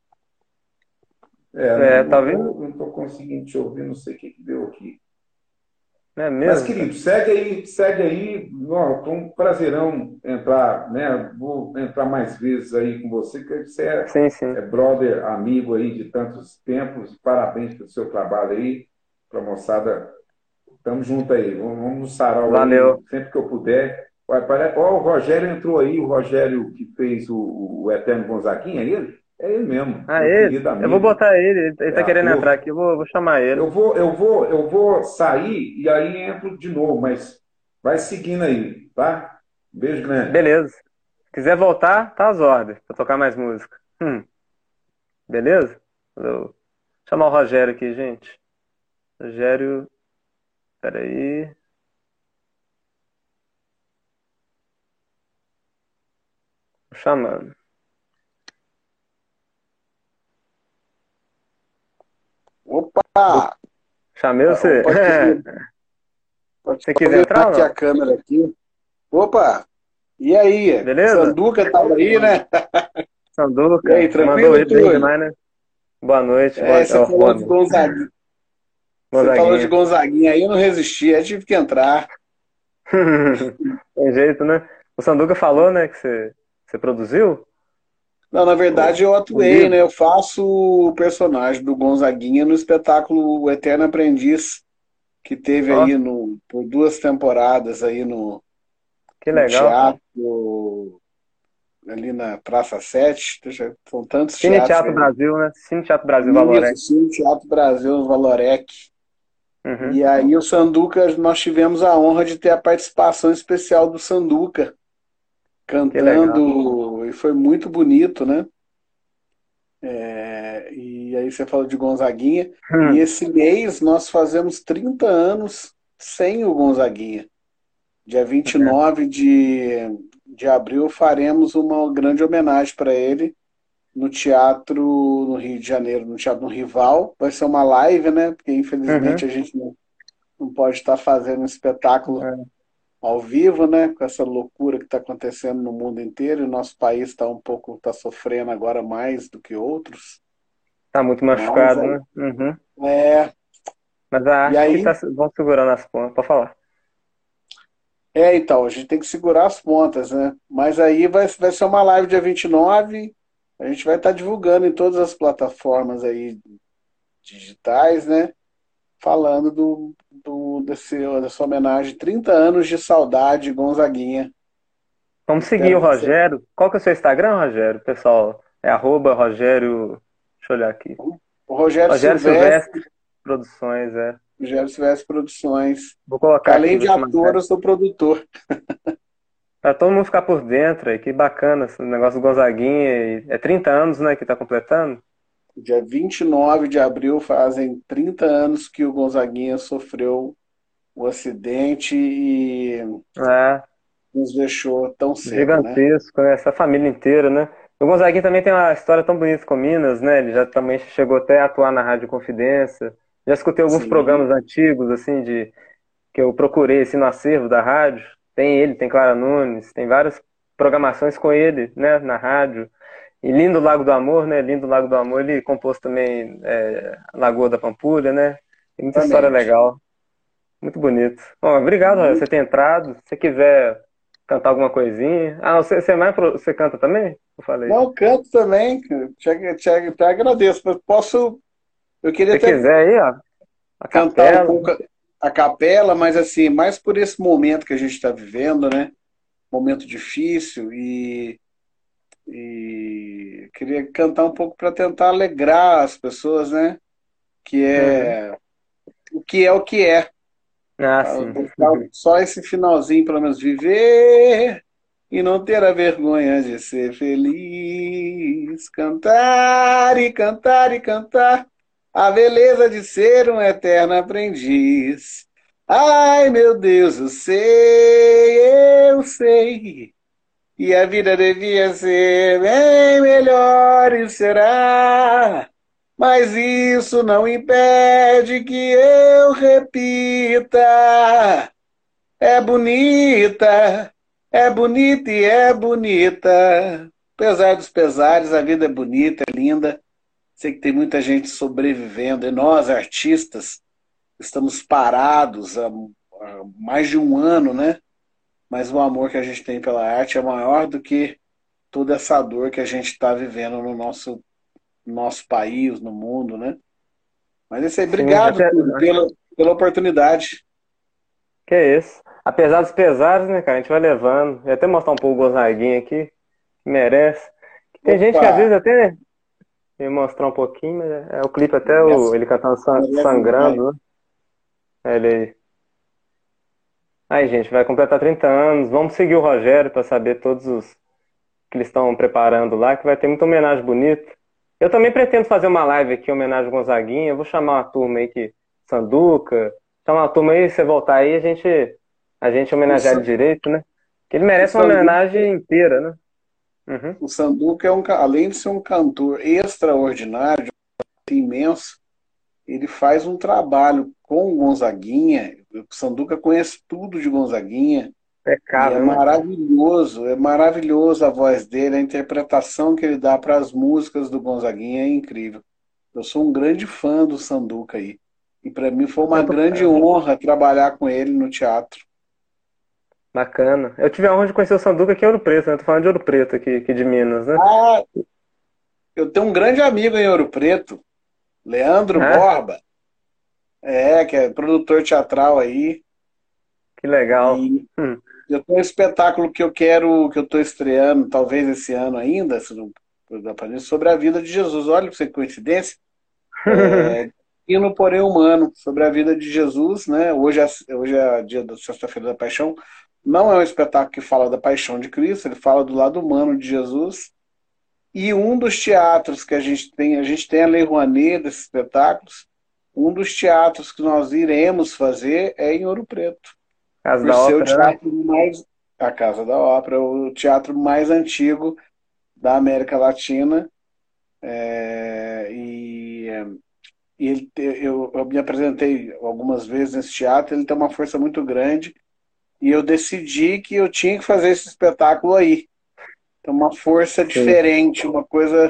Tá vendo? Não estou conseguindo te ouvir, não sei o que deu aqui. É mesmo? Mas, querido, segue aí. Foi um prazerão entrar, né? Vou entrar mais vezes aí com você, porque você é brother, amigo aí de tantos tempos. Parabéns pelo seu trabalho aí, para a moçada Tamo junto aí. Vamos no sarau Valeu. aí, sempre que eu puder. Ó, o Rogério entrou aí, o Rogério que fez o Eterno Gonzaguinha, é ele? É ele mesmo, Ah, meu ele? querido Eu vou amigo, botar ele é tá querendo entrar ator. aqui, eu vou chamar ele. Eu vou sair e aí entro de novo, mas vai seguindo aí, tá? Beijo grande. Beleza. Se quiser voltar, tá às ordens, pra tocar mais música. Beleza? Vou chamar o Rogério aqui, gente. Rogério, peraí. Tô chamando. Opa! Chamei você. Pode Se quiser aumentar entrar ou aqui a não? câmera aqui. Opa! E aí? Beleza? Sanduca tava aí, né? E aí, Sanduca, mandou tranquilo, ele bem Túlio? demais, né? Boa noite, Você falou boa de noite. Gonzaguinha. Você falou de Gonzaguinha. Gonzaguinha aí, eu não resisti, aí tive que entrar. Tem jeito, né? O Sanduca falou, né, que você produziu Não, na verdade eu o atuei, né? livro. Eu faço o personagem do Gonzaguinha no espetáculo O Eterno Aprendiz, que teve Ó, aí por 2 temporadas aí que no legal. teatro, ali na Praça 7. São tantos Cine teatros. Teatro Brasil, né? Cine Teatro Brasil Isso, Valorec. Cine Teatro Brasil, no Valorec. Uhum, E aí o Sanduca, nós tivemos a honra de ter a participação especial do Sanduca, que legal. cantando, e foi muito bonito, né? E aí você falou de Gonzaguinha, e Hum, esse mês nós fazemos 30 anos sem o Gonzaguinha. Dia vinte e é. nove de abril faremos uma grande homenagem para ele no teatro no Rio de Janeiro, no Teatro no Rival. Vai ser uma live, né? Porque infelizmente Uhum, a gente não pode estar fazendo um espetáculo é. ao vivo, né? Com essa loucura que está acontecendo no mundo inteiro. E o nosso país está sofrendo agora mais do que outros. Tá muito Mas machucado, né? Uhum. é, Mas a e arte que aí, tá, vão segurando as pontas, pode falar. então, a gente tem que segurar as pontas, né? Mas aí vai ser uma live dia 29. A gente vai estar divulgando em todas as plataformas aí digitais, né? Falando dessa homenagem, 30 anos de saudade, Gonzaguinha. Vamos seguir Espero o que você. Rogério. Qual que é o seu Instagram, Rogério? Pessoal, é @Rogério. Deixa eu olhar aqui. O Rogério Rogério Silvestre, Silvestre Produções, é. Rogério Silvestre Produções. Vou Que colocar aqui, além vou de te mandar. ator, eu sou produtor. Pra todo mundo ficar por dentro aí, que bacana esse negócio do Gonzaguinha. É 30 anos, né, que tá completando? Dia 29 de abril fazem 30 anos que o Gonzaguinha sofreu o acidente e É, nos deixou tão cedo, né? gigantesco, né? Essa família inteira, né? O Gonzaguinha também tem uma história tão bonita com Minas, né? Ele já também chegou até a atuar na Rádio Confidência. Já escutei alguns Sim, programas antigos, assim, que eu procurei, assim, no acervo da rádio. Tem ele, tem Clara Nunes, tem várias programações com ele, né, na rádio. E Lindo Lago do Amor, né? Lindo Lago do Amor, ele compôs também Lagoa da Pampulha, né? Tem muita história exatamente. legal. Muito bonito. Bom, obrigado, Rael, você ter entrado. Se você quiser cantar alguma coisinha. Ah, você, você canta também? Eu falei. Não, canto também, te agradeço, mas eu Se queria você até quiser aí, ó, a cantar um capela. pouco a capela, mas assim, mais por esse momento que a gente está vivendo, né? Momento difícil e queria cantar um pouco para tentar alegrar as pessoas, né? Que Uhum. é o que é o que é. Ah, Tá? sim. Deixar só esse finalzinho, pelo menos, viver e não ter a vergonha de ser feliz. Cantar e cantar e cantar a beleza de ser um eterno aprendiz. Ai, meu Deus, eu sei. E a vida devia ser bem melhor e será. Mas isso não impede que eu repita. É bonita, é bonita e é bonita. Apesar dos pesares, a vida é bonita, é linda. Sei que tem muita gente sobrevivendo. E nós, artistas, estamos parados há mais de um ano, né? Mas o amor que a gente tem pela arte é maior do que toda essa dor que a gente está vivendo no nosso país, no mundo, né? Mas é isso aí. Sim, Obrigado, até. Túlio, pela oportunidade. Que é isso. Apesar dos pesares, né, cara? A gente vai levando. Vou até mostrar um pouco o Gonzaguinha aqui, que merece. Tem gente que às vezes Opa! até ia mostrar um pouquinho, mas é o clipe até Merece, ele cantando merece demais. sangrando, né? Ele aí. Aí, gente, vai completar 30 anos. Vamos seguir o Rogério para saber todos os que eles estão preparando lá, que vai ter muita homenagem bonita. Eu também pretendo fazer uma live aqui, em homenagem ao Gonzaguinha. Eu vou chamar uma turma aí que. Sanduca. Chamar uma turma aí, você voltar aí, a gente O, homenagear ele Sa- direito, né? Que ele o merece uma Sanduca, homenagem inteira, né? Uhum. o Sanduca além de ser um cantor extraordinário, imenso, ele faz um trabalho com o Gonzaguinha. O Sanduca conhece tudo de Gonzaguinha e Impecável, né? é maravilhoso a voz dele, a interpretação que ele dá para as músicas do Gonzaguinha é incrível. Eu sou um grande fã do Sanduca aí. E para mim foi uma Eu tô grande honra trabalhar com ele no teatro. bacana. Eu tive a honra de conhecer o Sanduca aqui em Ouro Preto, né? Eu tô falando de Ouro Preto aqui de Minas, né? Ah, eu tenho um grande amigo em Ouro Preto, Leandro Ah, Borba, que é produtor teatral aí. que legal. E eu tenho um espetáculo que eu estou estreando, talvez esse ano ainda, se não dá pra mim, sobre a vida de Jesus. Olha que coincidência. Hino Porém Humano, sobre a vida de Jesus, né? Hoje é dia da Sexta-feira da Paixão. Não é um espetáculo que fala da paixão de Cristo, ele fala do lado humano de Jesus. E um dos teatros que a gente tem a Lei Rouanet desses espetáculos, um dos teatros que nós iremos fazer é em Ouro Preto, Casa por da ser o Ópera, né? teatro mais, a Casa da Ópera, o teatro mais antigo da América Latina. É, e eu me apresentei algumas vezes nesse teatro, ele tem uma força muito grande, e eu decidi que eu tinha que fazer esse espetáculo aí. Tem uma força Sim. diferente, uma coisa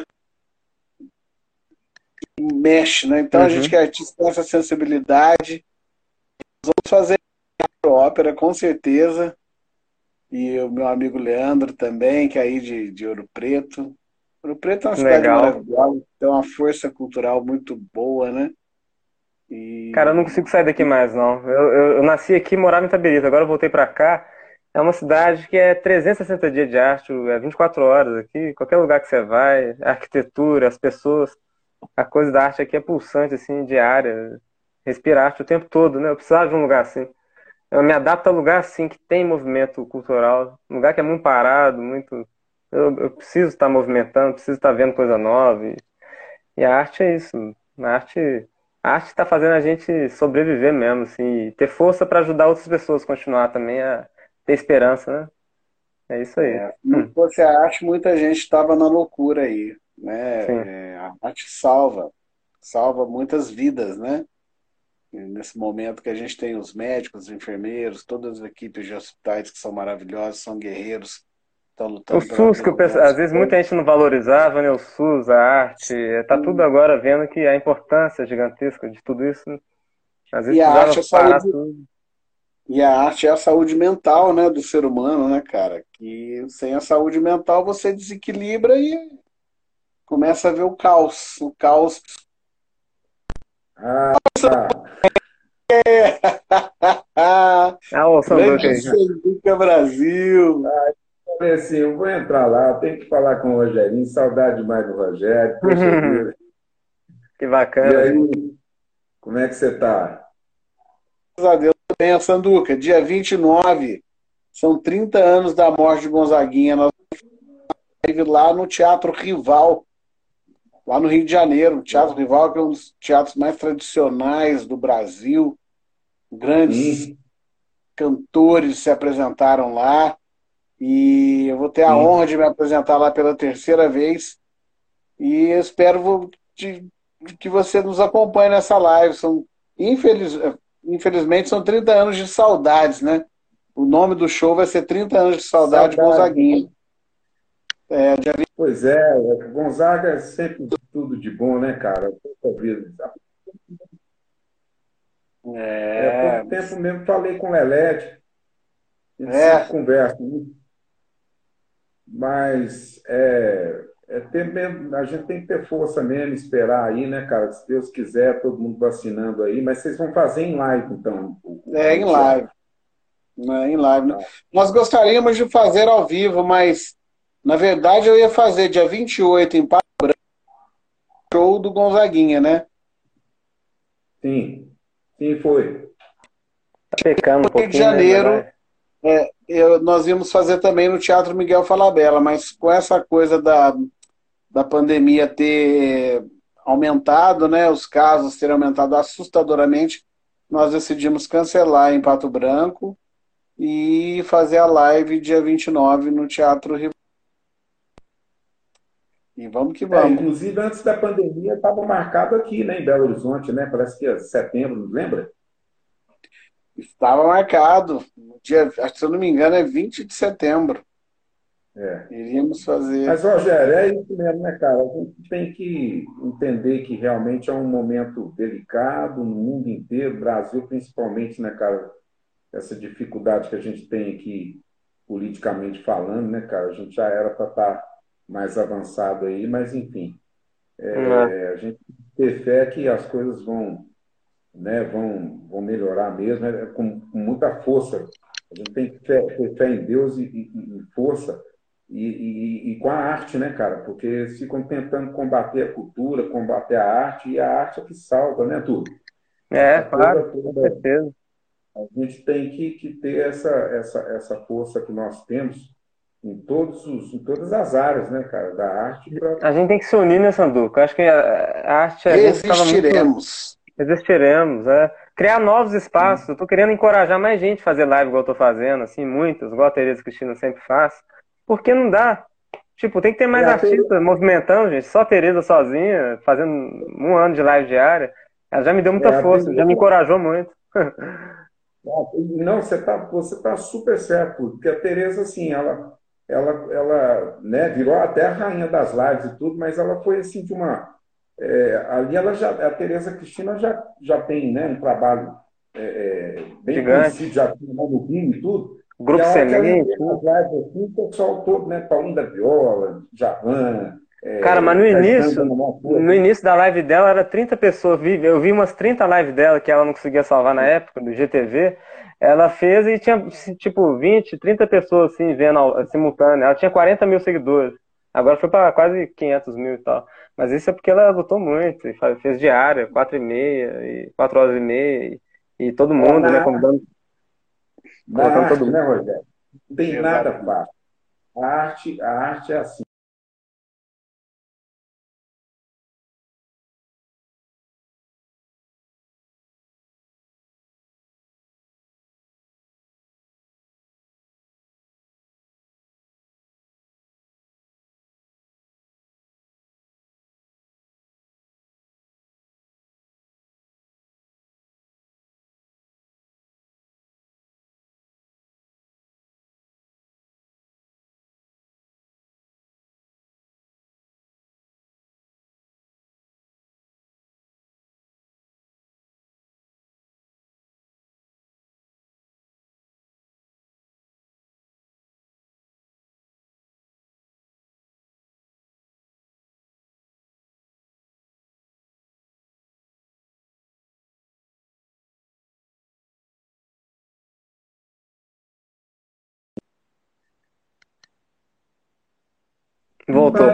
que mexe, né? Então a gente que Uhum. é artista tem essa sensibilidade. Vamos fazer ópera, com certeza. E o meu amigo Leandro também, que é aí de Ouro Preto. Ouro Preto é uma cidade Legal. maravilhosa, tem uma força cultural muito boa, né? Cara, eu não consigo E, sair daqui mais, não. Eu nasci aqui e morava em Itabirito, agora eu voltei pra cá. É uma cidade que é 360 dias de arte, é 24 horas aqui, qualquer lugar que você vai, a arquitetura, as pessoas, a coisa da arte aqui é pulsante, assim, diária. Respira arte o tempo todo, né? Eu precisava de um lugar assim. Eu me adapto a lugar assim que tem movimento cultural, um lugar que é muito parado, muito. Eu preciso estar movimentando, preciso estar vendo coisa nova. E a arte é isso. A arte está fazendo a gente sobreviver mesmo, assim, e ter força para ajudar outras pessoas a continuar também a ter esperança, né? É isso aí. se não fosse a arte, muita gente estava na loucura aí, Sim. né? A arte salva muitas vidas, né? E nesse momento que a gente tem os médicos, os enfermeiros, todas as equipes de hospitais que são maravilhosos, são guerreiros, estão O lutando pela SUS, que vida às das vezes muita pessoas. gente não valorizava, né? O SUS, a arte, tá tudo agora vendo que a importância gigantesca de tudo isso, né? Às vezes E a precisava arte é parar saúde, tudo. e a arte é a saúde mental, né, do ser humano, né, cara? Que sem a saúde mental você desequilibra e começa a ver o caos. O caos. Ah, tá. Ah, o Sanduca Grande aí. Sanduca Brasil. Falei assim, eu vou entrar lá, tenho que falar com o Rogerinho, saudade demais do Rogério, poxa vida. Que E bacana, aí, gente. como é que você está? Graças a Deus também a Sanduca. Dia 29 são 30 anos da morte de Gonzaguinha. Nós estivemos lá no Teatro Rival, lá no Rio de Janeiro. O Teatro Rival, que é um dos teatros mais tradicionais do Brasil. Grandes Sim, cantores se apresentaram lá. E eu vou ter a sim. honra de me apresentar lá pela terceira vez. E eu espero que você nos acompanhe nessa live. Infelizmente, são 30 anos de saudades, né? O nome do show vai ser 30 anos de saudade Saudade. Gonzaguinha. Pois é, Gonzaga é sempre tudo de bom, né, cara? Poxa vida. Há É, pouco tempo mesmo falei com o Lelete, a gente sempre é, conversa, né? Mas ter mesmo, a gente tem que ter força mesmo, esperar aí, né, cara? Se Deus quiser, todo mundo vacinando aí, mas vocês vão fazer em live, então, é no em live. teatro. Em live, né? Nós gostaríamos de fazer ao vivo, mas na verdade eu ia fazer dia 28 em Pato Branco, show do Gonzaguinha, né? Sim, sim, foi. Tá pecando um pouquinho, Rio de Janeiro, né? nós íamos fazer também no Teatro Miguel Falabella, mas com essa coisa da pandemia ter aumentado, né, os casos terem aumentado assustadoramente, nós decidimos cancelar em Pato Branco e fazer a live dia 29 no Teatro Rio. E vamos que vamos. Inclusive, antes da pandemia, estava marcado aqui, né, em Belo Horizonte, né? Parece que é setembro, não lembra? Estava marcado. Dia, se eu não me engano, é 20 de setembro. Iríamos fazer. Mas, Rogério, é isso mesmo, né, cara? A gente tem que entender que realmente é um momento delicado no mundo inteiro, Brasil principalmente, né, cara? Essa dificuldade que a gente tem aqui, politicamente falando, né, cara? A gente já era para estar mais avançado aí, mas, enfim, a gente tem que ter fé que as coisas vão, né, vão melhorar mesmo, com muita força. A gente tem que ter fé em Deus e força. E com a arte, né, cara? Porque eles ficam tentando combater a cultura, combater a arte, e a arte é que salva, né, tudo? Claro, com certeza. A gente tem que ter essa força que nós temos em todas as áreas, né, cara, da arte. A gente tem que se unir, né, Sanduca? Eu acho que a arte... Resistiremos. Resistiremos, criar novos espaços. Eu tô querendo encorajar mais gente a fazer live igual eu tô fazendo, assim, muitas, igual a Tereza Cristina sempre faz. Porque não dá. Tipo, tem que ter mais artistas movimentando, gente. Só a Tereza sozinha, fazendo 1 ano de live diária. Ela já me deu muita força, já me encorajou muito. Não, você tá super certo, porque a Tereza, assim, ela né, virou até a rainha das lives e tudo, mas ela foi, assim, de uma... ali a Tereza Cristina já tem, né, um trabalho bem conhecido, já tem no Rio e tudo. Grupo Semente. As lives, assim, o pessoal todo, né, Paulinho da Viola, Djavan... Cara, mas no início da live dela era 30 pessoas. Eu vi umas 30 lives dela que ela não conseguia salvar na época, do GTV. Ela fez e tinha, tipo, 20, 30 pessoas, assim, vendo simultâneo. Ela tinha 40 mil seguidores. Agora foi para quase 500 mil e tal. Mas isso é porque ela lutou muito. E fez diária, 4h30, 4h30. E todo mundo, né, convidando. Na arte, todo mundo. Né, Rogério? Não tem nada fácil. A arte é assim. Voltou.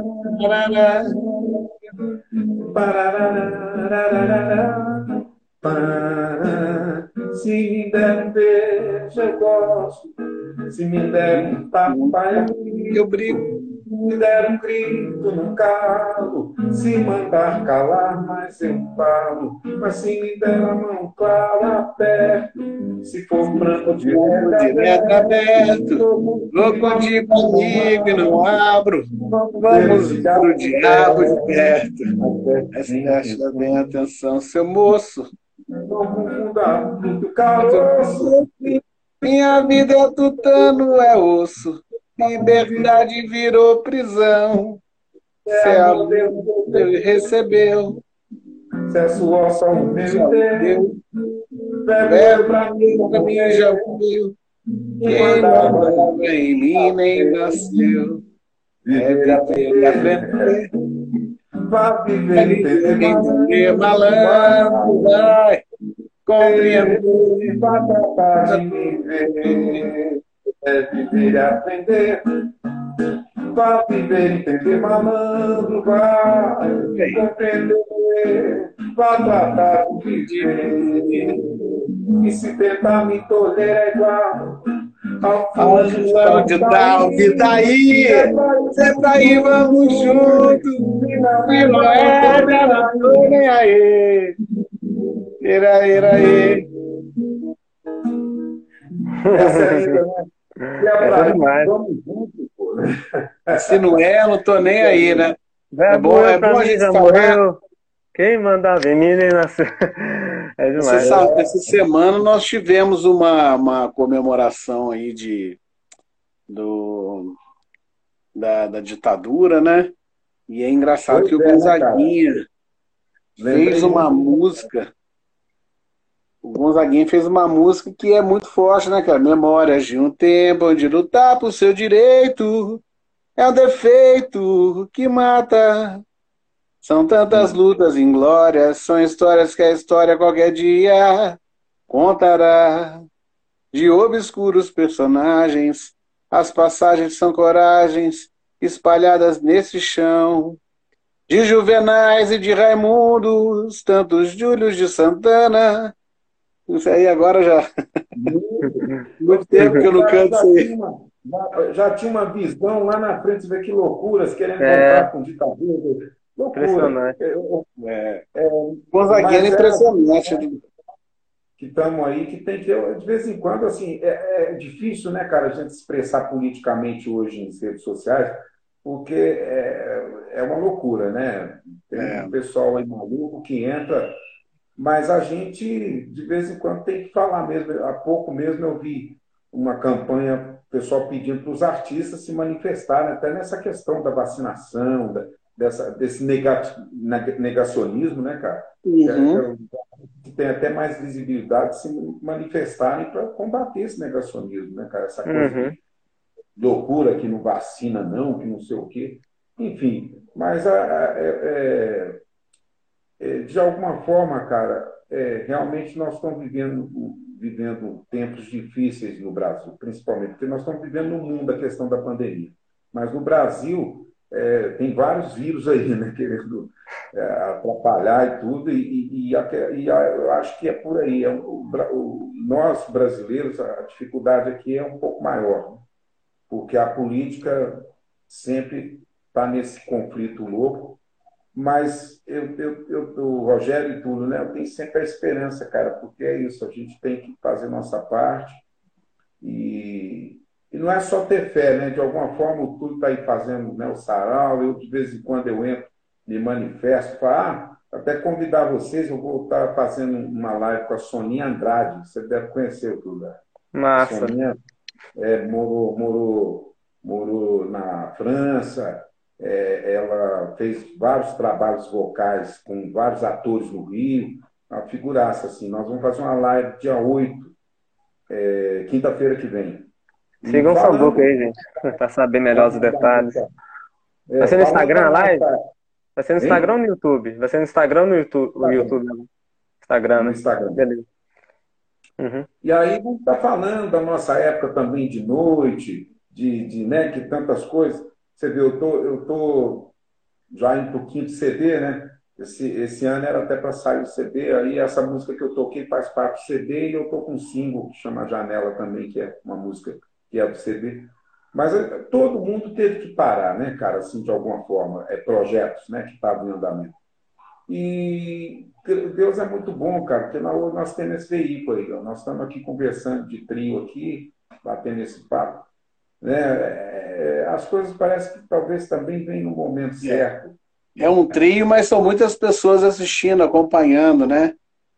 Se me der um beijo, eu gosto. Se me der um tapa, eu brigo. Se der um grito, não calo. Se mandar calar, mas eu falo. Mas se me der a mão clara, aperto. Se for franco direto aberto, vou contigo comigo e não abro. Vamos pro diabo de perto. Presta bem atenção, seu moço. Muito caroço. Minha vida é tutano, é osso. Liberdade virou prisão. Se a luz recebeu, se é suor só o meu Deus, verbo pra mim já viu. Quem mandava em mim nem nasceu. É viver e aprender. Vá viver e entender, malandro, vai. compreender, vai tratar de viver, viver e aprender. Vai viver, entender, malandro, vai compreender, vai tratar de viver. E se tentar me tolher é igual ao fulano de tal, e daí? Senta aí, vamos junto. E não é, não tô nem aí. Iraí. Essa é linda, né? É demais. Vamos junto, pô. Se não é, não tô nem aí, né? É bom a gente já morreu. Quem mandava em mim nem nasceu. É demais. Essa semana nós tivemos uma comemoração aí da ditadura, né? E é engraçado que o Gonzaguinha fez uma música. O Gonzaguinha fez uma música que é muito forte, né, cara? Memórias de um tempo onde lutar por seu direito é um defeito que mata. São tantas lutas inglórias, são histórias que a história qualquer dia contará. De obscuros personagens, as passagens são coragens espalhadas nesse chão. De Juvenais e de Raimundos, tantos Júlios de Santana. Isso aí agora já. Muito tempo que eu não canto isso aí. Já tinha uma visão lá na frente, você vê que loucuras, querendo voltar com ditadura. Loucura. Gonzaguinha é impressionante. Que estamos aí, que tem que, de vez em quando, assim, é difícil, né, cara, a gente se expressar politicamente hoje nas redes sociais, porque é uma loucura, né? Tem um pessoal aí maluco que entra, mas a gente, de vez em quando, tem que falar mesmo. Há pouco mesmo eu vi uma campanha, o pessoal pedindo para os artistas se manifestarem, até nessa questão da vacinação, desse negacionismo, né, cara? Que tem até mais visibilidade se manifestarem para combater esse negacionismo, né, cara? Essa coisa de loucura que não vacina, não, que não sei o quê. Enfim, mas de alguma forma, cara, realmente nós estamos vivendo tempos difíceis no Brasil, principalmente, porque nós estamos vivendo no mundo a questão da pandemia. Mas no Brasil tem vários vírus aí, né, querendo atrapalhar e tudo, e eu acho que é por aí. Nós, brasileiros, a dificuldade aqui é um pouco maior, né? Porque a política sempre está nesse conflito louco, mas o Rogério e tudo, né, eu tenho sempre a esperança, cara, porque é isso, a gente tem que fazer nossa parte, e não é só ter fé, né? De alguma forma o Túlio está aí fazendo, né, o sarau, eu de vez em quando eu entro, me manifesto, falo, até convidar vocês, eu vou estar fazendo uma live com a Soninha Andrade, você deve conhecer o Túlio. Massa. A Soninha morou na França, ela fez vários trabalhos vocais com vários atores no Rio, uma figuraça, assim. Nós vamos fazer uma live dia 8, quinta-feira que vem. Sigam o Sambuca aí, gente, para saber melhor os detalhes. Vai ser no Instagram a live? Vai ser no Instagram ou no YouTube? Vai ser no Instagram ou no YouTube? Instagram, né? Instagram. Beleza. E aí vamos estar falando da nossa época também de noite, né, que tantas coisas. Você vê, eu tô já indo para o 5º CD, né? Esse ano era até para sair o CD, aí essa música que eu toquei faz parte do CD, e eu tô com um single que chama Janela também, que é uma música que é do CD. Mas todo mundo teve que parar, né, cara, assim, de alguma forma, projetos, né, que estavam em andamento. E Deus é muito bom, cara, porque nós temos esse veículo aí, nós estamos aqui conversando de trio aqui, batendo esse papo, né? As coisas parecem que talvez também venham no momento certo. É um trio, mas são muitas pessoas assistindo, acompanhando, né?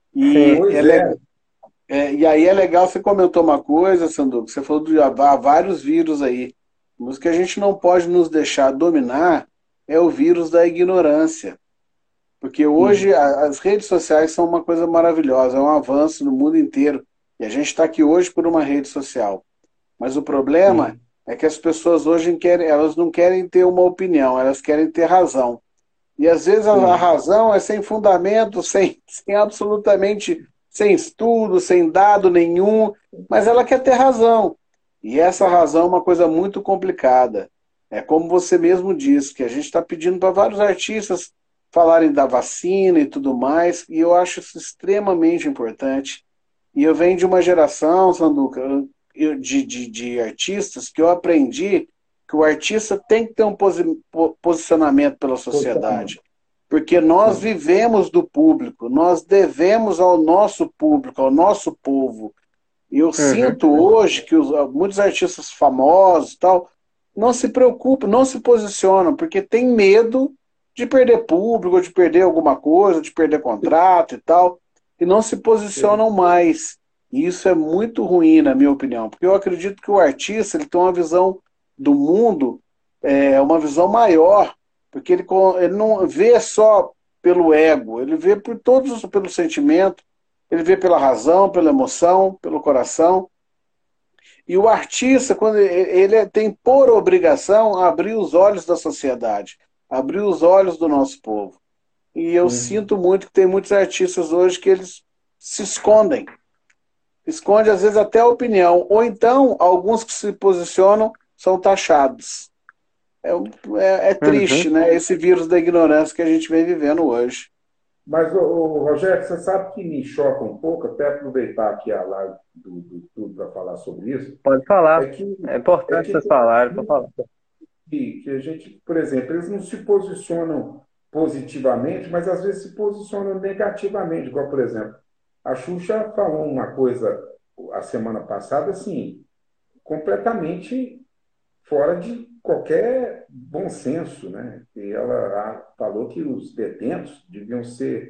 E aí é legal, você comentou uma coisa, Sanduco, você falou de vários vírus aí. Mas o que a gente não pode nos deixar dominar é o vírus da ignorância. Porque hoje as redes sociais são uma coisa maravilhosa, é um avanço no mundo inteiro. E a gente está aqui hoje por uma rede social. Mas o problema é que as pessoas hoje elas não querem ter uma opinião, elas querem ter razão. E às vezes a razão é sem fundamento, sem absolutamente sem estudo, sem dado nenhum, mas ela quer ter razão. E essa razão é uma coisa muito complicada. É como você mesmo disse, que a gente está pedindo para vários artistas falarem da vacina e tudo mais, e eu acho isso extremamente importante. E eu venho de uma geração, Sanduca, de artistas que eu aprendi que o artista tem que ter um posicionamento pela sociedade. Porque nós vivemos do público, nós devemos ao nosso público, ao nosso povo. E eu sinto hoje que muitos artistas famosos e tal não se preocupam, não se posicionam, porque tem medo de perder público, de perder alguma coisa, de perder contrato e tal, e não se posicionam mais. E isso é muito ruim, na minha opinião, porque eu acredito que o artista ele tem uma visão do mundo, uma visão maior, porque ele não vê só pelo ego, ele vê pelo sentimento, ele vê pela razão, pela emoção, pelo coração. E o artista, quando ele tem por obrigação abrir os olhos da sociedade, abrir os olhos do nosso povo. E eu sinto muito que tem muitos artistas hoje que eles se escondem. Esconde às vezes até a opinião. Ou então, alguns que se posicionam são taxados. É triste, né? Esse vírus da ignorância que a gente vem vivendo hoje. Mas, Rogério, você sabe que me choca um pouco, até aproveitar aqui a live do YouTube para falar sobre isso. Pode falar. É importante vocês falarem. Para falar. Que a gente, por exemplo, eles não se posicionam positivamente, mas às vezes se posicionam negativamente. Igual, por exemplo, a Xuxa falou uma coisa a semana passada, assim, completamente fora de qualquer bom senso, né? E ela falou que os detentos deviam ser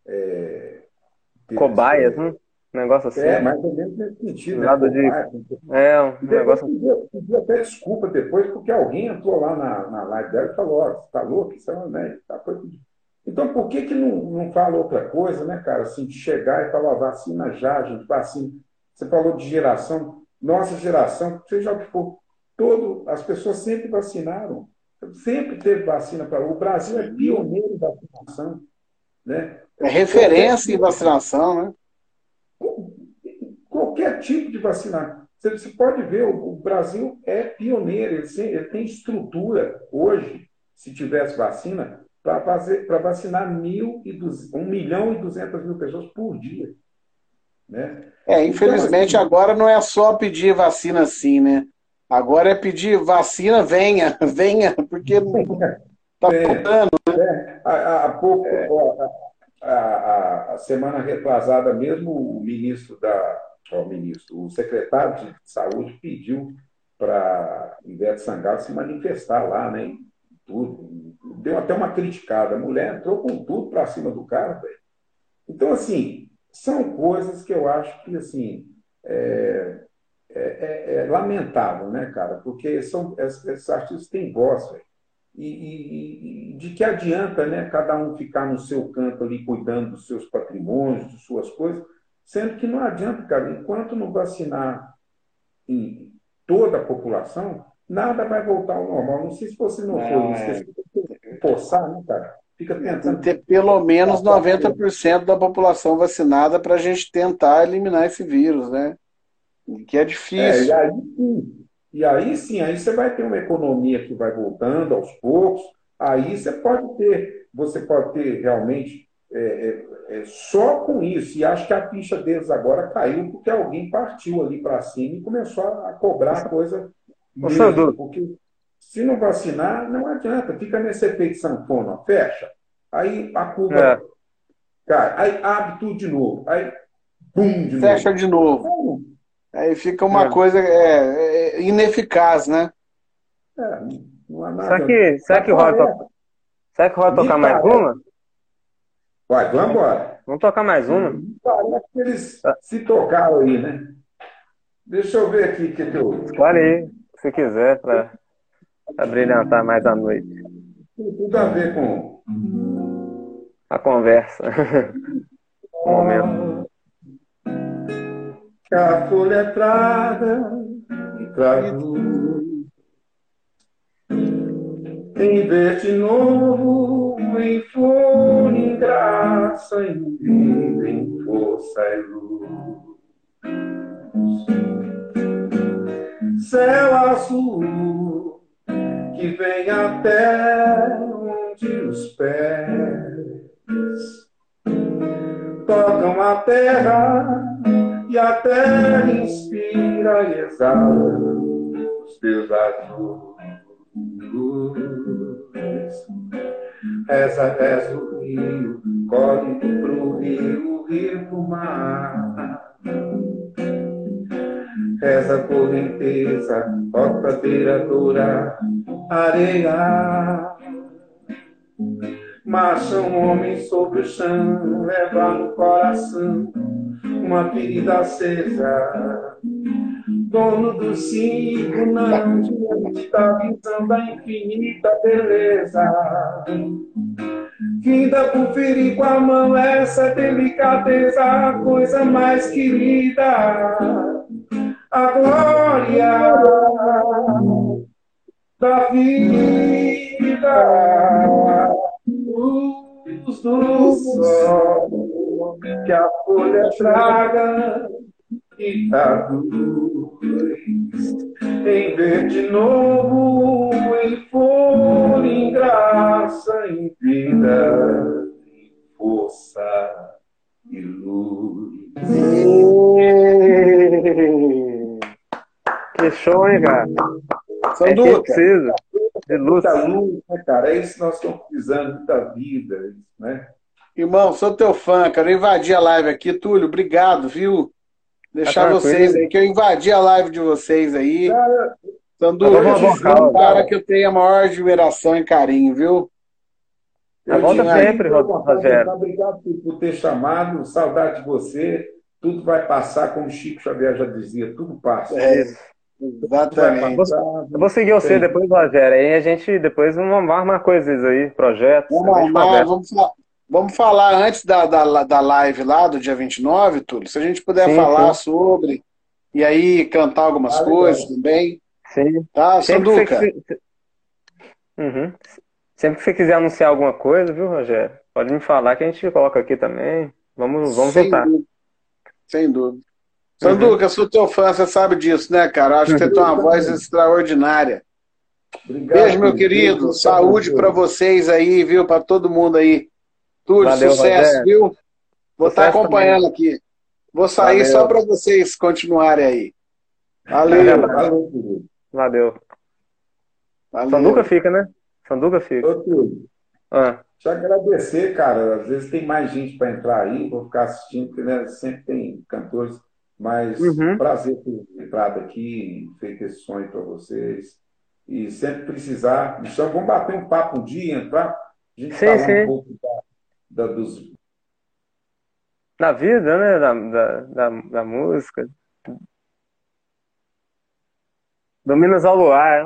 cobaias, né? Um negócio assim. Mais ou menos nesse sentido. Né? Um negócio. Pediu até desculpa depois, porque alguém entrou lá na live dela e falou: ó, você tá louco? Isso é uma, né? Então, por que não fala outra coisa, né, cara? Assim, de chegar e falar: vacina já, gente, vacina. Você falou de geração. Nossa geração, seja o que for, as pessoas sempre vacinaram. Sempre teve vacina para. O Brasil é pioneiro em vacinação. Né? É referência em vacinação, né? Qualquer tipo de vacinação. Você pode ver, o Brasil é pioneiro, ele tem estrutura hoje, se tivesse vacina, para vacinar 1.200.000 pessoas por dia. Né? Infelizmente, então, agora não é só pedir vacina assim, né? Agora é pedir vacina, venha, porque está faltando. Né? A semana retrasada mesmo, o secretário de Saúde pediu para Ivete Sangalo se manifestar lá, né? Tudo. Deu até uma criticada. A mulher entrou com tudo para cima do cara, velho. Então, assim, são coisas que eu acho que, assim, é lamentável, né, cara? Porque esses artistas têm voz, velho. E de que adianta, né, cada um ficar no seu canto ali cuidando dos seus patrimônios, de suas coisas, sendo que não adianta, cara, enquanto não vacinar em toda a população, nada vai voltar ao normal. Não sei se você não foi isso, que forçar, né, cara? Fica tentando ter pelo menos 90% da população vacinada para a gente tentar eliminar esse vírus, né? Que é difícil. E aí sim, aí você vai ter uma economia que vai voltando aos poucos. Aí você pode ter realmente só com isso. E acho que a ficha deles agora caiu porque alguém partiu ali para cima e começou a cobrar a coisa mesmo. Porque se não vacinar, não adianta. Fica nesse efeito sanfona, fecha. Aí a curva cai. Aí abre tudo de novo. Aí, bum, de fecha novo. de novo. Aí fica uma coisa ineficaz, né? Não há nada. Será que o Roy tocar mais uma? Vai, vamos embora. Vamos tocar mais uma? Parece que eles se tocaram aí, né? Deixa eu ver aqui o que eu... Escolhe aí, se quiser, para brilhantar mais a noite. Tem tudo a ver com a conversa. O momento. A soletrada e traduz em verde novo, em flor, em graça, em vida, em força e luz. Céu azul que vem até onde os pés tocam a terra, e a terra inspira e exala os teus azuis. Reza o rio, corre pro rio, o rio pro mar. Reza a correnteza, cortadeira dura, areia. Marcha um homem sobre o chão, leva no coração uma ferida acesa. Dono do cinco, não diante da visão da infinita beleza. Finda por ferir com a mão essa delicadeza, a coisa mais querida. A glória da vida, luz do sol, que a folha traga e traduz em verde novo, em folha, em graça, em vida, em força e luz. Que show, hein, cara? Sanduca. Precisa de luz. Muita luz, né, cara? É isso que nós estamos precisando, muita vida, né? Irmão, sou teu fã, quero invadir a live aqui. Túlio, obrigado, viu? Deixar vocês aí, que eu invadi a live de vocês aí. Cara, Sanduca, é um cara que eu tenho a maior admiração e carinho, viu? Volta sempre, Rogério. Obrigado por ter chamado, saudade de você. Tudo vai passar, como Chico Xavier já dizia, tudo passa. É isso. Exatamente. Eu vou seguir você depois, Rogério. Aí a gente depois vamos armar coisas aí, projetos. Vamos falar antes da live lá do dia 29, Túlio. Se a gente puder falar sobre, e aí cantar algumas coisas também. Sim. Tá, Sanduca? Sempre que você quiser anunciar alguma coisa, viu, Rogério? Pode me falar que a gente coloca aqui também. Vamos juntar. Sem dúvida. Sanduca, eu sou teu fã, você sabe disso, né, cara? Acho que você tem uma voz extraordinária. Obrigado, beijo, meu querido. Saúde para vocês aí, viu? Para todo mundo aí. Túlio, valeu, sucesso, Rogério. Viu? Vou estar acompanhando também. Aqui. Vou sair só para vocês continuarem aí. Valeu. Sanduca fica, né? Sanduca fica. Ô, Túlio, te agradecer, cara. Às vezes tem mais gente para entrar aí, vou ficar assistindo, porque né, sempre tem cantores. Mas prazer ter entrado aqui, feito esse sonho para vocês. E sempre precisar, vamos bater um papo um dia, entrar, a gente falar um pouco da vida, né? Da música. Do Minas ao Luar.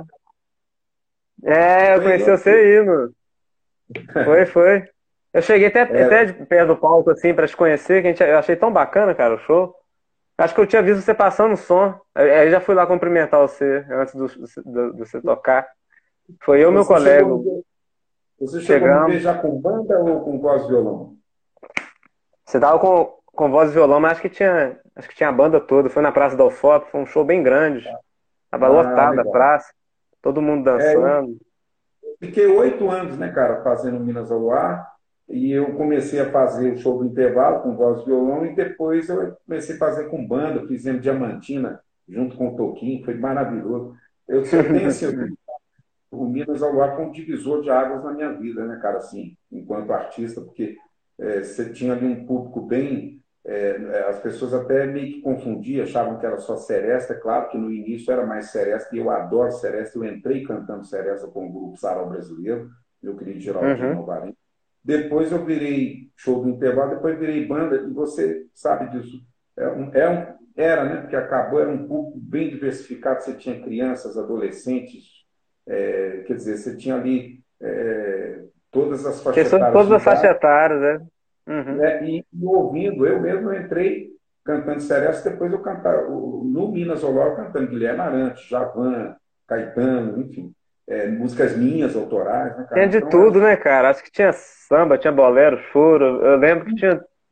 Eu conheci você aí, mano. Foi. Eu cheguei até perto do palco, assim, pra te conhecer, que eu achei tão bacana, cara, o show. Acho que eu tinha visto você passando o som. Aí já fui lá cumprimentar você antes de você tocar. Foi eu e meu colega. Você chegou a me ver já com banda ou com voz e violão? Você tava com voz e violão, mas acho que tinha a banda toda. Foi na Praça da UFOP, foi um show bem grande. Tava lotada a praça. Todo mundo dançando. Fiquei 8 anos, né, cara, fazendo Minas ao Luar. E eu comecei a fazer o show do intervalo com voz e violão, e depois eu comecei a fazer com banda, fizemos Diamantina junto com o Toquinho, foi maravilhoso. Eu tenho assim, o Minas ao Luar foi um divisor de águas na minha vida, né, cara, assim, enquanto artista, porque você tinha ali um público bem... as pessoas até meio que confundiam, achavam que era só seresta. É claro que no início era mais seresta, e eu adoro seresta. Eu entrei cantando seresta com o grupo Sarau Brasileiro, meu querido Geraldinho Alvarenga. Depois eu virei show do intervalo, depois virei banda, e você sabe disso. Era, né? Porque acabou, era um público bem diversificado. Você tinha crianças, adolescentes, quer dizer, você tinha ali todas as faixas etárias. Todas as faixas etárias, né? E ouvindo, eu mesmo entrei cantando seresta, depois eu cantava no Minas ao Luar, cantando Guilherme Arantes, Djavan, Caetano, enfim. Músicas minhas, autorais, né, cara? Tinha de tudo, né, cara? Acho que tinha samba, tinha bolero, choro. Eu lembro que tinha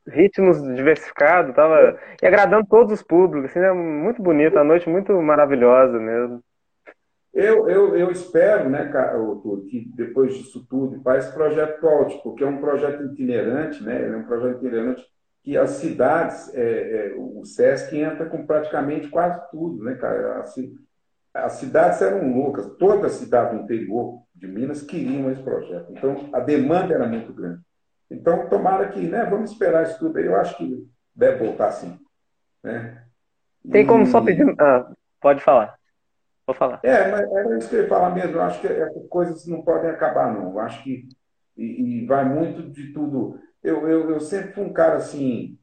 ritmos diversificados, tava e agradando todos os públicos, assim, né? Muito bonito, a noite muito maravilhosa mesmo. Eu espero, né, cara, que depois disso tudo, faz esse projeto volte, porque é um projeto itinerante, né? Ele é um projeto itinerante que as cidades, o SESC entra com praticamente quase tudo, né, cara? As cidades eram loucas, toda a cidade do interior de Minas queriam esse projeto. Então, a demanda era muito grande. Então, tomara que, né, vamos esperar isso tudo aí. Eu acho que deve voltar sim, né? Tem como só pedir. Pode falar. Vou falar. Mas era isso que eu ia falar mesmo. Eu acho que essas coisas não podem acabar, não. Eu acho que e vai muito de tudo. Eu sempre fui um cara assim,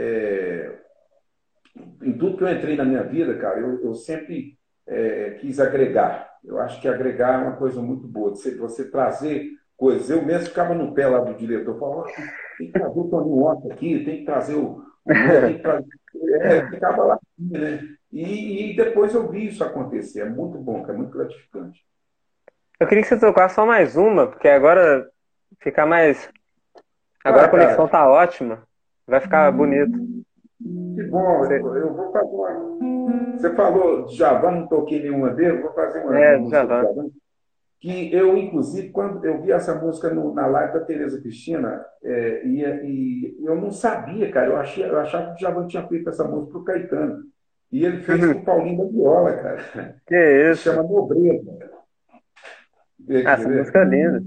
em tudo que eu entrei na minha vida, cara, eu sempre quis agregar. Eu acho que agregar é uma coisa muito boa, de você trazer coisas. Eu mesmo ficava no pé lá do diretor, falava, tem que trazer o Toninho Horta aqui, tem que trazer o Lula, tem que trazer. Ficava lá, né? E depois eu vi isso acontecer. É muito bom, é muito gratificante. Eu queria que você tocasse só mais uma, porque agora fica mais. Agora a conexão cara, tá ótima. Vai ficar bonito. Que bom, eu vou fazer uma. Você falou de Djavan, não toquei nenhuma dele, vou fazer uma música do Djavan. Djavan. Que eu, inclusive, quando eu vi essa música na live da Tereza Cristina, e eu não sabia, cara, eu achava que o Djavan tinha feito essa música pro Caetano. E ele fez pro Paulinho da Viola, cara. Que isso? Chama Nobreza. Essa música é linda.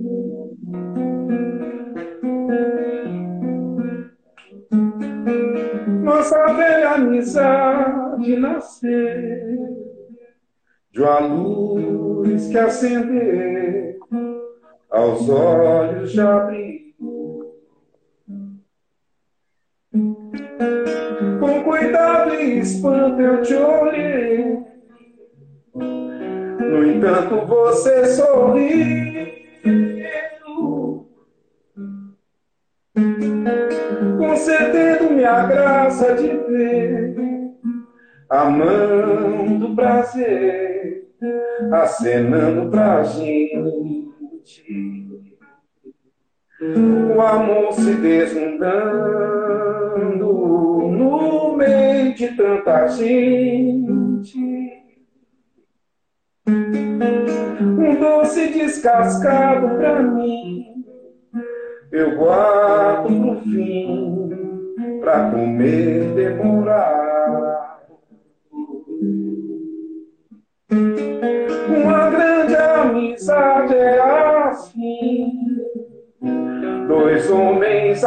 Nossa velha amizade nasceu de uma luz que acender aos olhos já brilhou. Com cuidado e espanto eu te olhei, no entanto você sorriu, concedendo-me a graça de ver a mão do prazer acenando pra gente. O amor se deslumbrando no meio de tanta gente. Um doce descascado pra mim, eu guardo pro fim, pra comer demorar. Uma grande amizade é assim, dois homens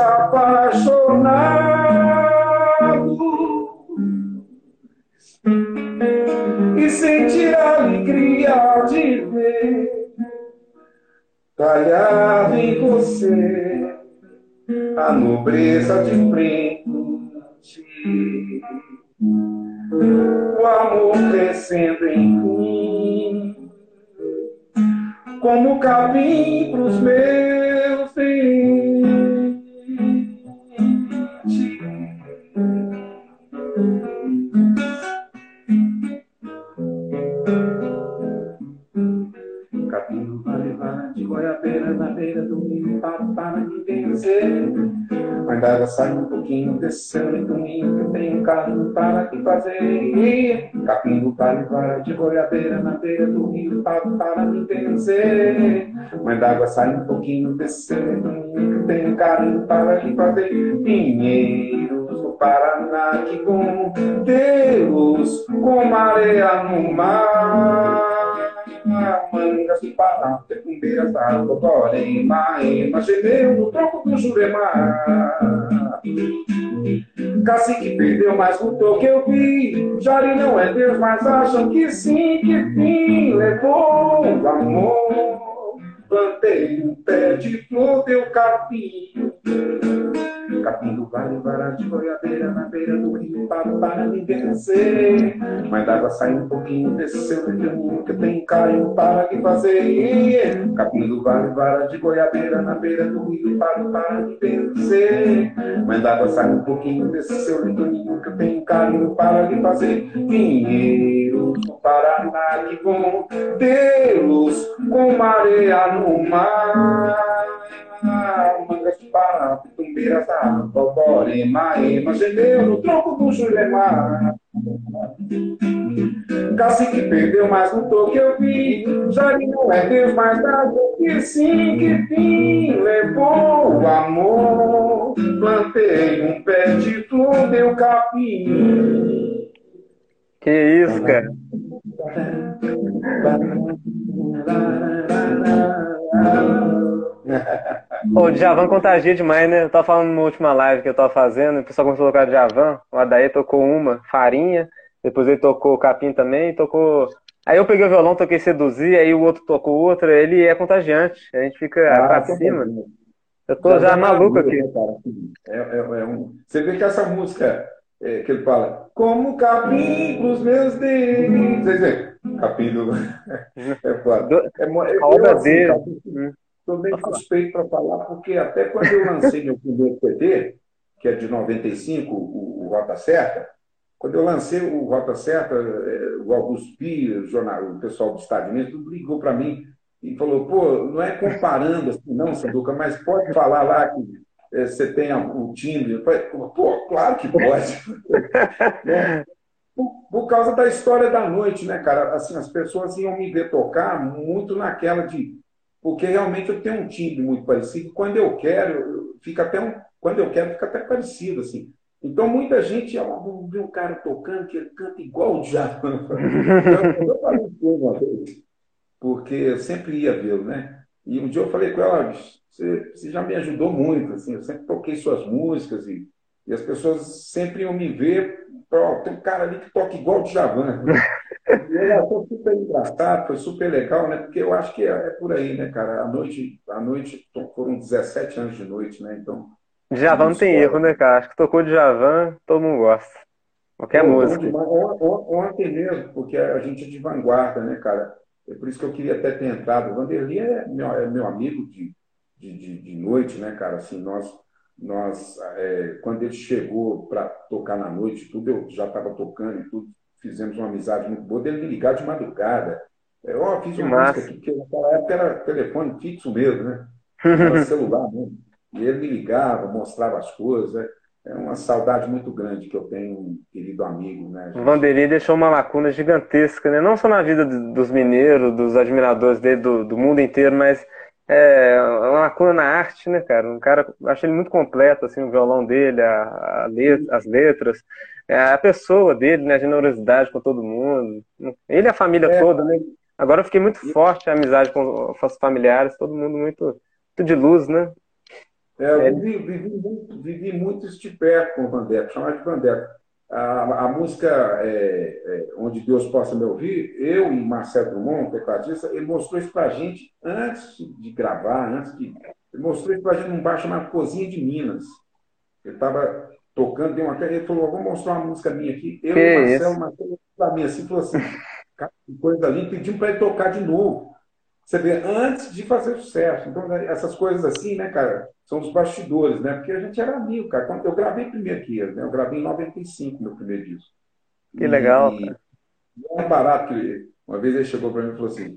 apaixonados e sentir a alegria de ver talhado em você a nobreza de frente. O amor crescendo em mim, como capim pros meus dentes. Capim vai levar de goiabeira na beira do rio para me vencer. Mas d'água sai um pouquinho, desceu em domingo, eu tenho um carinho para te fazer. Capim do vale para de goiabeira na beira do rio para me vencer. Mas d'água sai um pouquinho, desceu em domingo, eu tenho um carinho para te fazer. Pinheiros do Paraná, que com Deus, com areia no mar. Mangas do Pará, Tecumbeiras da Cotorema, Gemeu no tronco do Juremar. Cacique perdeu, mas lutou que eu vi. Jari não é Deus, mas acham que sim, que fim levou o amor. Plantei um pé de flor, deu capim. Capim do vale, vara de goiabeira na beira do rio para me vencer. Mas d'água sai um pouquinho, desceu no caminho que eu tenho carinho para lhe fazer. Capim do vale, vara de goiabeira na beira do rio para me vencer. Mas d'água sai um pouquinho, desceu no caminho que eu tenho carinho para lhe fazer. Pinheiros do Paraná, que vão tê-los com areia no mar. Mangas do Pará, Pirata, Borborema, Ema, gemeu no tronco do Jurema. Cacique perdeu, mas lutou que eu vi. Já que não é Deus, mas dá que sim, que fim levou o amor. Plantei um pé de flor, deu capim. Que isso, cara? O Djavan contagia demais, né? Eu tava falando na última live que eu tava fazendo, o pessoal começou a tocar Djavan, o Adair tocou uma, Farinha, depois ele tocou Capim também, tocou... Aí eu peguei o violão, toquei Seduzir, aí o outro tocou outra, ele é contagiante, a gente fica pra cima. Eu tô já maluco aqui. Você vê que essa música que ele fala, como capim pros meus dedos. Vocês veem? Capim do... É foda. A obra dele. Estou bem suspeito para falar, porque até quando eu lancei meu primeiro CD, que é de 95, o Rota Certa, quando eu lancei o Rota Certa, o Augusto Pia, o pessoal do Estados Unidos, tudo ligou para mim e falou, pô, não é comparando assim, não, Sanduca, mas pode falar lá que você tem o timbre. Eu falei, pô, claro que pode. Por causa da história da noite, né, cara? Assim, as pessoas iam me ver tocar muito naquela de... Porque realmente eu tenho um timbre muito parecido. Quando eu quero, fica até parecido, assim. Então, muita gente, vamos ver um cara tocando, que ele canta igual o Djavan. Então, eu falei com ele uma vez, porque eu sempre ia vê-lo, né? E um dia eu falei com ela, você já me ajudou muito, assim, eu sempre toquei suas músicas e as pessoas sempre iam me ver, tem um cara ali que toca igual o Djavan. E ele achou super engraçado, foi super legal, né? Porque eu acho que é por aí, né, cara? A noite foram 17 anos de noite, né? Então. Djavan não tem erro, né, cara? Acho que tocou Djavan, todo mundo gosta. Qualquer música. Ontem mesmo, porque a gente é de vanguarda, né, cara? É por isso que eu queria até ter entrado. O Vanderlei é meu amigo de noite, né, cara? Assim, quando ele chegou para tocar na noite, tudo, eu já estava tocando e tudo. Fizemos uma amizade muito boa, dele me ligar de madrugada. Fiz uma música aqui, porque naquela época era telefone fixo mesmo, né? Não era celular mesmo. E ele me ligava, mostrava as coisas. É uma saudade muito grande que eu tenho, um querido amigo, né? O Vanderlei deixou uma lacuna gigantesca, né? Não só na vida dos mineiros, dos admiradores dele, do mundo inteiro, mas uma lacuna na arte, né, cara? Um cara, eu acho ele muito completo, assim, o violão dele, as letras, a pessoa dele, né? A generosidade com todo mundo. Ele e a família toda, né? Agora eu fiquei muito forte a amizade com os familiares, todo mundo muito de luz, né? Eu vivi muito isso de perto com o Vandeco, chamava de Vandeco. A música Onde Deus Possa Me Ouvir, eu e Marcelo Drummond, tecladista, ele mostrou isso para a gente antes de gravar, ele mostrou isso para a gente num bar chamado Cozinha de Minas. Ele estava tocando, ele falou, vou mostrar uma música minha aqui. Eu e o Marcelo para mim, assim, falou assim, cara, que coisa linda, pedimos para ele tocar de novo. Você vê, antes de fazer sucesso. Então, essas coisas assim, né, cara, são os bastidores, né? Porque a gente era amigo, cara. Quando eu gravei primeiro que ele, né? Eu gravei em 95, meu primeiro disco. Que legal, cara. Não é barato que uma vez ele chegou para mim e falou assim,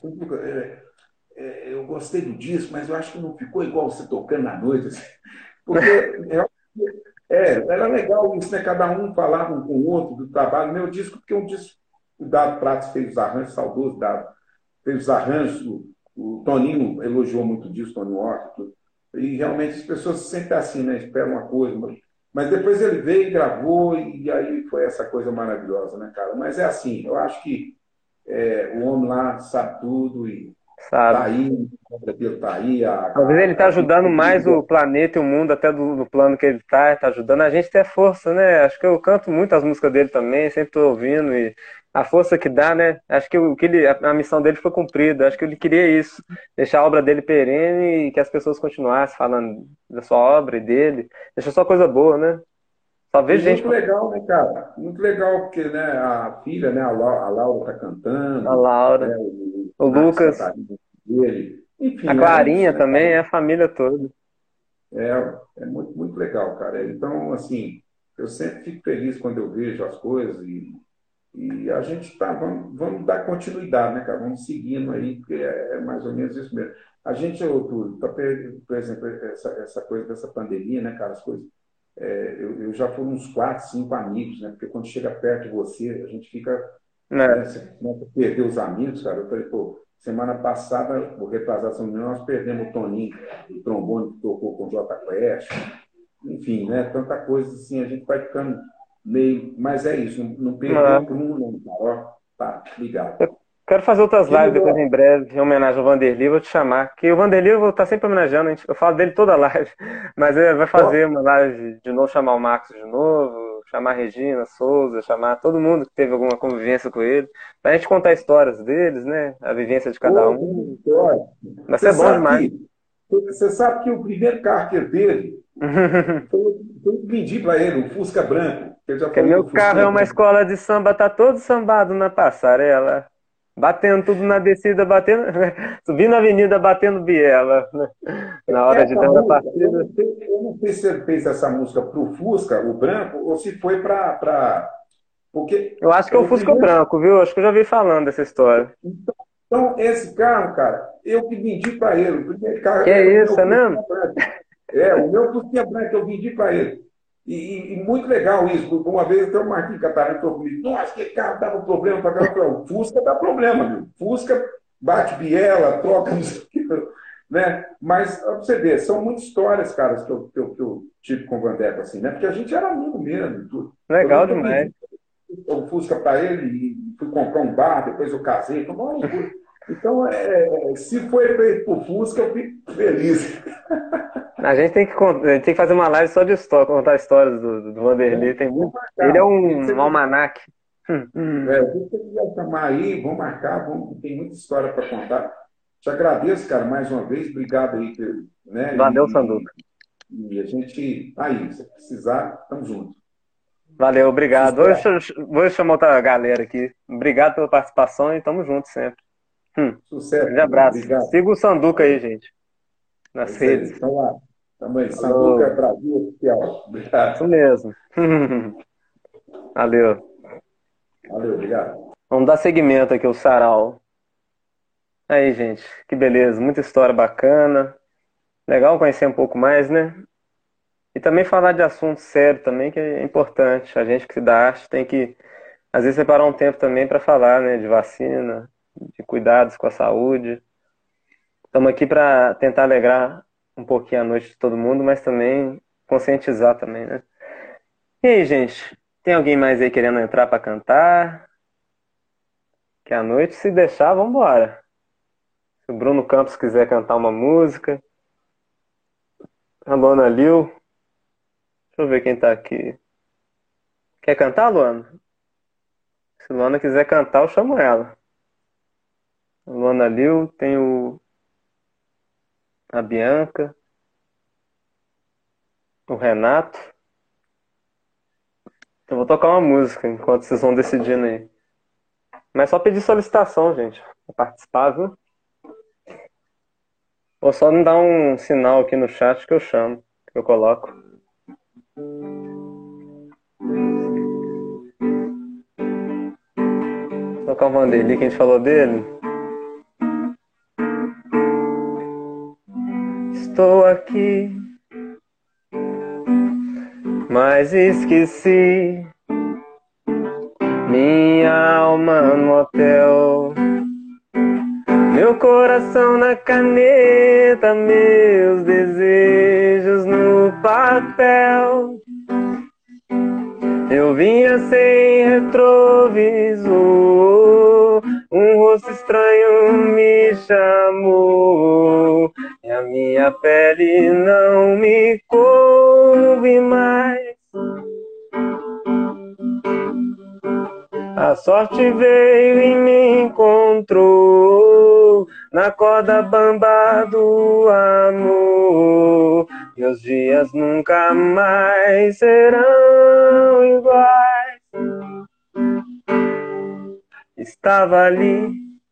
eu gostei do disco, mas eu acho que não ficou igual você tocando na noite. Assim. Porque era legal isso, né? Cada um falava um com o outro do trabalho. Meu disco, porque um disco, o Dado Pratos fez os arranjos, saudoso Dado. Fez os arranjos, o Toninho elogiou muito disso, Toninho Horta, e realmente as pessoas sempre assim, né? Esperam uma coisa, mas depois ele veio e gravou, e aí foi essa coisa maravilhosa, né, cara? Mas é assim, eu acho que o homem lá sabe tudo e tá aí, o dele tá aí. Talvez ele tá ajudando mais o planeta e o mundo, até do plano que ele tá ajudando a gente a ter força, né? Acho que eu canto muito as músicas dele também, sempre tô ouvindo e a força que dá, né? Acho que a missão dele foi cumprida. Acho que ele queria isso, deixar a obra dele perene e que as pessoas continuassem falando da sua obra e dele. Deixa só coisa boa, né? Só vejo gente. Muito legal, né, cara? Muito legal, porque né, a filha, né, a Laura tá cantando. A Laura. Né, o Lucas. Dele. Enfim, a Clarinha também, a família toda. É muito, muito legal, cara. Então, assim, eu sempre fico feliz quando eu vejo as coisas e E a gente vamos dar continuidade, né, cara? Vamos seguindo aí, porque é mais ou menos isso mesmo. A gente, Túlio, por exemplo, essa coisa dessa pandemia, né, cara? As coisas. Eu já fui uns 4, 5 amigos, né? Porque quando chega perto de você, a gente fica. Né, você começa a perder os amigos, cara. Eu falei, pô, semana passada, o retrasado, nós perdemos o Toninho, o trombone que tocou com o Jota Quest. Enfim, né? Tanta coisa assim, a gente vai ficando meio. Mas é isso, não perdeu por um não, cara. Ó, tá, ligado. Eu quero fazer outras lives depois em breve, em homenagem ao Vanderlei, vou te chamar. Porque o Vanderlei eu vou estar sempre homenageando, eu falo dele toda live. Mas ele vai fazer uma live de novo, chamar o Marcos de novo, chamar a Regina Souza, chamar todo mundo que teve alguma convivência com ele, pra gente contar histórias deles, né? A vivência de cada um. Vai ser bom demais. Você sabe que o primeiro carro que ele teve foi eu que vendi para ele, um Fusca branco. Porque meu carro é uma escola de samba, tá todo sambado na passarela. Batendo tudo na descida, subindo a avenida, batendo biela. Na hora de dar a partida. Eu não sei se ele fez essa música pro Fusca, o branco, ou se foi para. Porque eu acho que é o Fusca branco, viu? Acho que eu já vi falando dessa história. Então, esse carro, cara, eu que vendi para ele. O primeiro carro. Que é isso, é mesmo? O meu Fusca branco eu vendi para ele. E muito legal isso, porque uma vez até o Marquinhos Catarina falou comigo, nossa, que carro dava problema para carro. O Fusca dá problema, viu? Fusca bate biela, troca, não sei o que, né? Mas, pra você ver, são muitas histórias, cara, que eu tive com o Vandeco, assim, né? Porque a gente era amigo mesmo e tudo. Legal demais. O Fusca para ele e fui comprar um bar, depois eu casei. Então, se foi feito por Fusca, eu fico feliz. A gente tem que fazer uma live só de história, contar histórias do Vanderlei. Tem muito. Ele é um almanaque. Se você quiser chamar aí, vamos marcar, tem muita história para contar. Te agradeço, cara, mais uma vez. Obrigado aí. Né? Valeu, Sanduca. E a gente tá aí. Se precisar, estamos juntos. Valeu, obrigado. Vou chamar outra galera aqui. Obrigado pela participação e tamo junto sempre. Sucesso. Grande abraço. Obrigado. Siga o Sanduca aí, gente. Nas redes. Então lá. Também. Sanduca Brasil Oficial. Obrigado. Isso mesmo. Valeu. Valeu, obrigado. Vamos dar seguimento aqui ao sarau. Aí, gente, que beleza. Muita história bacana. Legal conhecer um pouco mais, né? E também falar de assuntos sérios também, que é importante. A gente que se dá arte tem que, às vezes, separar um tempo também para falar, né? De vacina, de cuidados com a saúde. Estamos aqui para tentar alegrar um pouquinho a noite de todo mundo, mas também conscientizar também, né? E aí, gente? Tem alguém mais aí querendo entrar para cantar? Que à noite, se deixar, vamos embora. Se o Bruno Campos quiser cantar uma música. A Luana Liu. Deixa eu ver quem tá aqui. Quer cantar, Luana? Se a Luana quiser cantar, eu chamo ela. A Luana Liu, tem a Bianca, o Renato. Eu vou tocar uma música enquanto vocês vão decidindo aí. Mas só pedir solicitação, gente, pra participar, viu? Ou só me dar um sinal aqui no chat que eu chamo, que eu coloco. Vou tocar o Vanderlei, que a gente falou dele. Estou aqui, mas esqueci minha alma no hotel, meu coração na caneta, meus desejos no papel. Eu vinha sem retrovisor, um rosto estranho me chamou, e a minha pele não me coube mais. A sorte veio e me encontrou na corda bamba do amor. Meus dias nunca mais serão iguais. Estava ali,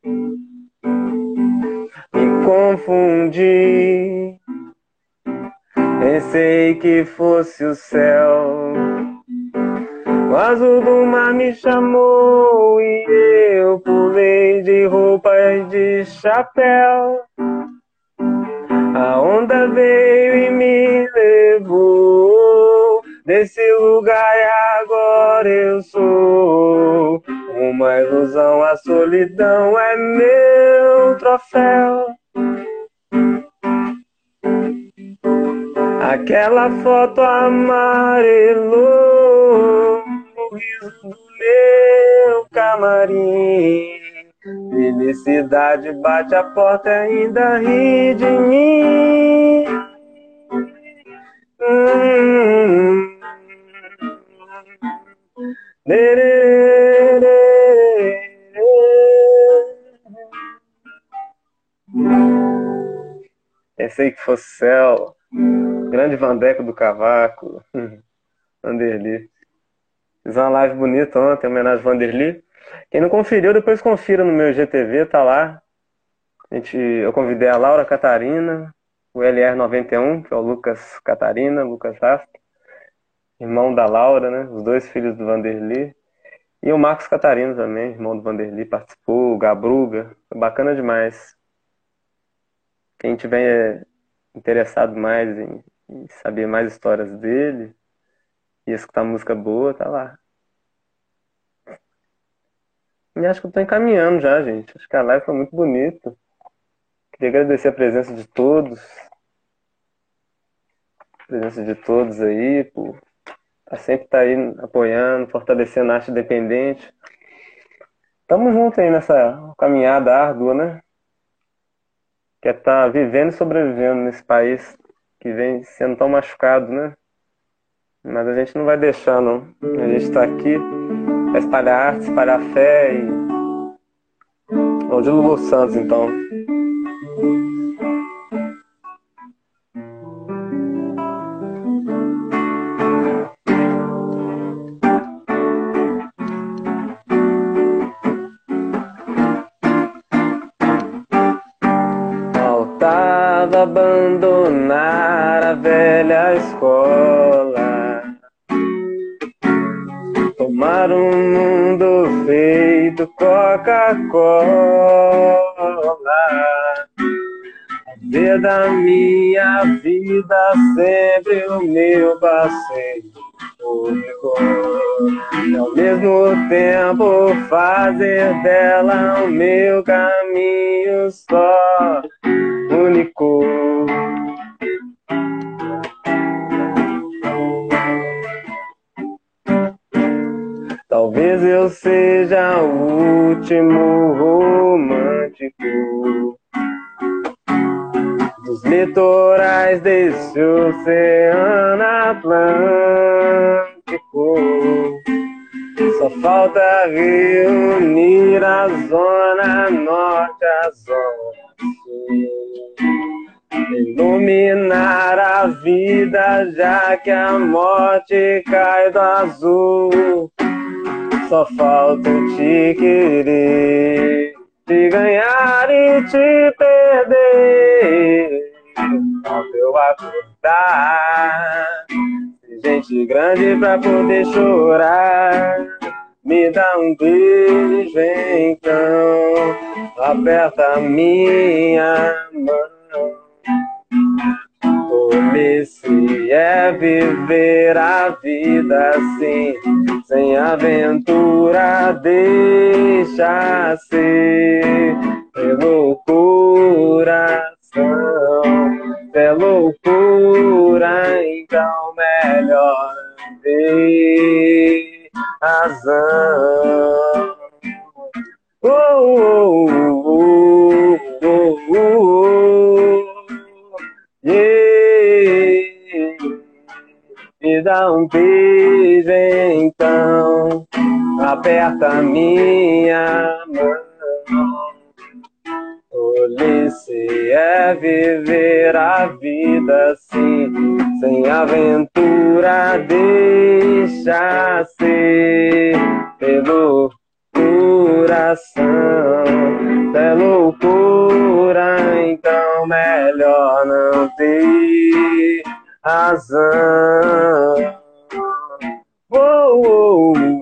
me confundi, pensei que fosse o céu. O azul do mar me chamou e eu pulei de roupa e de chapéu. A onda veio e me levou desse lugar e agora eu sou uma ilusão, a solidão é meu troféu. Aquela foto amarelou o riso do meu camarim. Felicidade bate a porta e ainda ri de mim. Pensei que fosse céu. Grande Vandeco do Cavaco. Vanderly. Fiz uma live bonita ontem, homenagem a Vanderly. Quem não conferiu, depois confira no meu GTV, tá lá. Eu convidei a Laura Catarina, o LR91, que é o Lucas Catarina, Lucas Rasta, irmão da Laura, né? Os dois filhos do Vanderly. E o Marcos Catarino também, irmão do Vanderly, participou, o Gabruga. Foi bacana demais. Quem tiver interessado mais em saber mais histórias dele e escutar música boa, tá lá. E acho que eu tô encaminhando já, gente. Acho que a live foi muito bonita. Queria agradecer a presença de todos. A presença de todos aí, por sempre tá aí apoiando, fortalecendo a arte independente. Tamo junto aí nessa caminhada árdua, né? Que é estar vivendo e sobrevivendo nesse país que vem sendo tão machucado, né? Mas a gente não vai deixar, não. A gente tá aqui pra espalhar arte, espalhar fé e... Vamos de Lulu Santos, então. Faltava abandonar a velha escola, tomar um mundo feito Coca-Cola, fazer da minha vida sempre o meu passeio público e ao mesmo tempo fazer dela o meu caminho só único. Talvez eu seja o último romântico dos litorais desse oceano Atlântico. Só falta reunir a zona norte à zona sul, iluminar a vida, já que a morte cai do azul. Só falta te querer, te ganhar e te perder. Falta eu acordar, gente grande pra poder chorar. Me dá um beijo então, aperta a minha mão. Tolice é viver a vida assim, sem aventura, deixa ser. Pelo coração, é loucura, então melhor ter razão. Oh, oh, oh, oh, oh, oh. Yeah. Me dá um beijo então, aperta a minha mão. Tolice é viver a vida assim, sem aventura, deixa ser. Pelo coração, é loucura, então melhor não ter razão. Oh, oh, oh.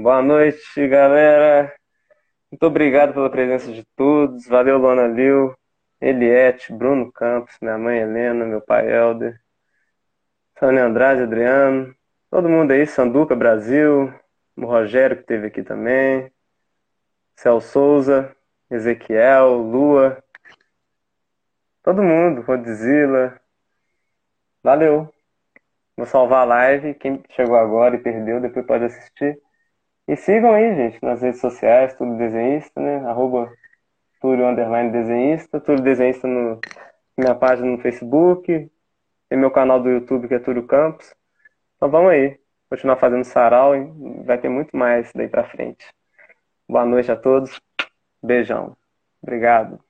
Boa noite, galera. Muito obrigado pela presença de todos. Valeu, Luana Liu, Eliette, Bruno Campos, minha mãe Helena, meu pai Helder, Sônia Andrade, Adriano, todo mundo aí, Sanduca Brasil, o Rogério que esteve aqui também, Cel Souza, Ezequiel, Lua, todo mundo, Rodzilla. Valeu. Vou salvar a live. Quem chegou agora e perdeu, depois pode assistir. E sigam aí, gente, nas redes sociais, Túlio Desenhista, né? @Túlio_Desenhista, Túlio Desenhista no minha página no Facebook, tem meu canal do YouTube que é Túlio Campos. Então vamos aí, continuar fazendo sarau e vai ter muito mais daí pra frente. Boa noite a todos, beijão, obrigado.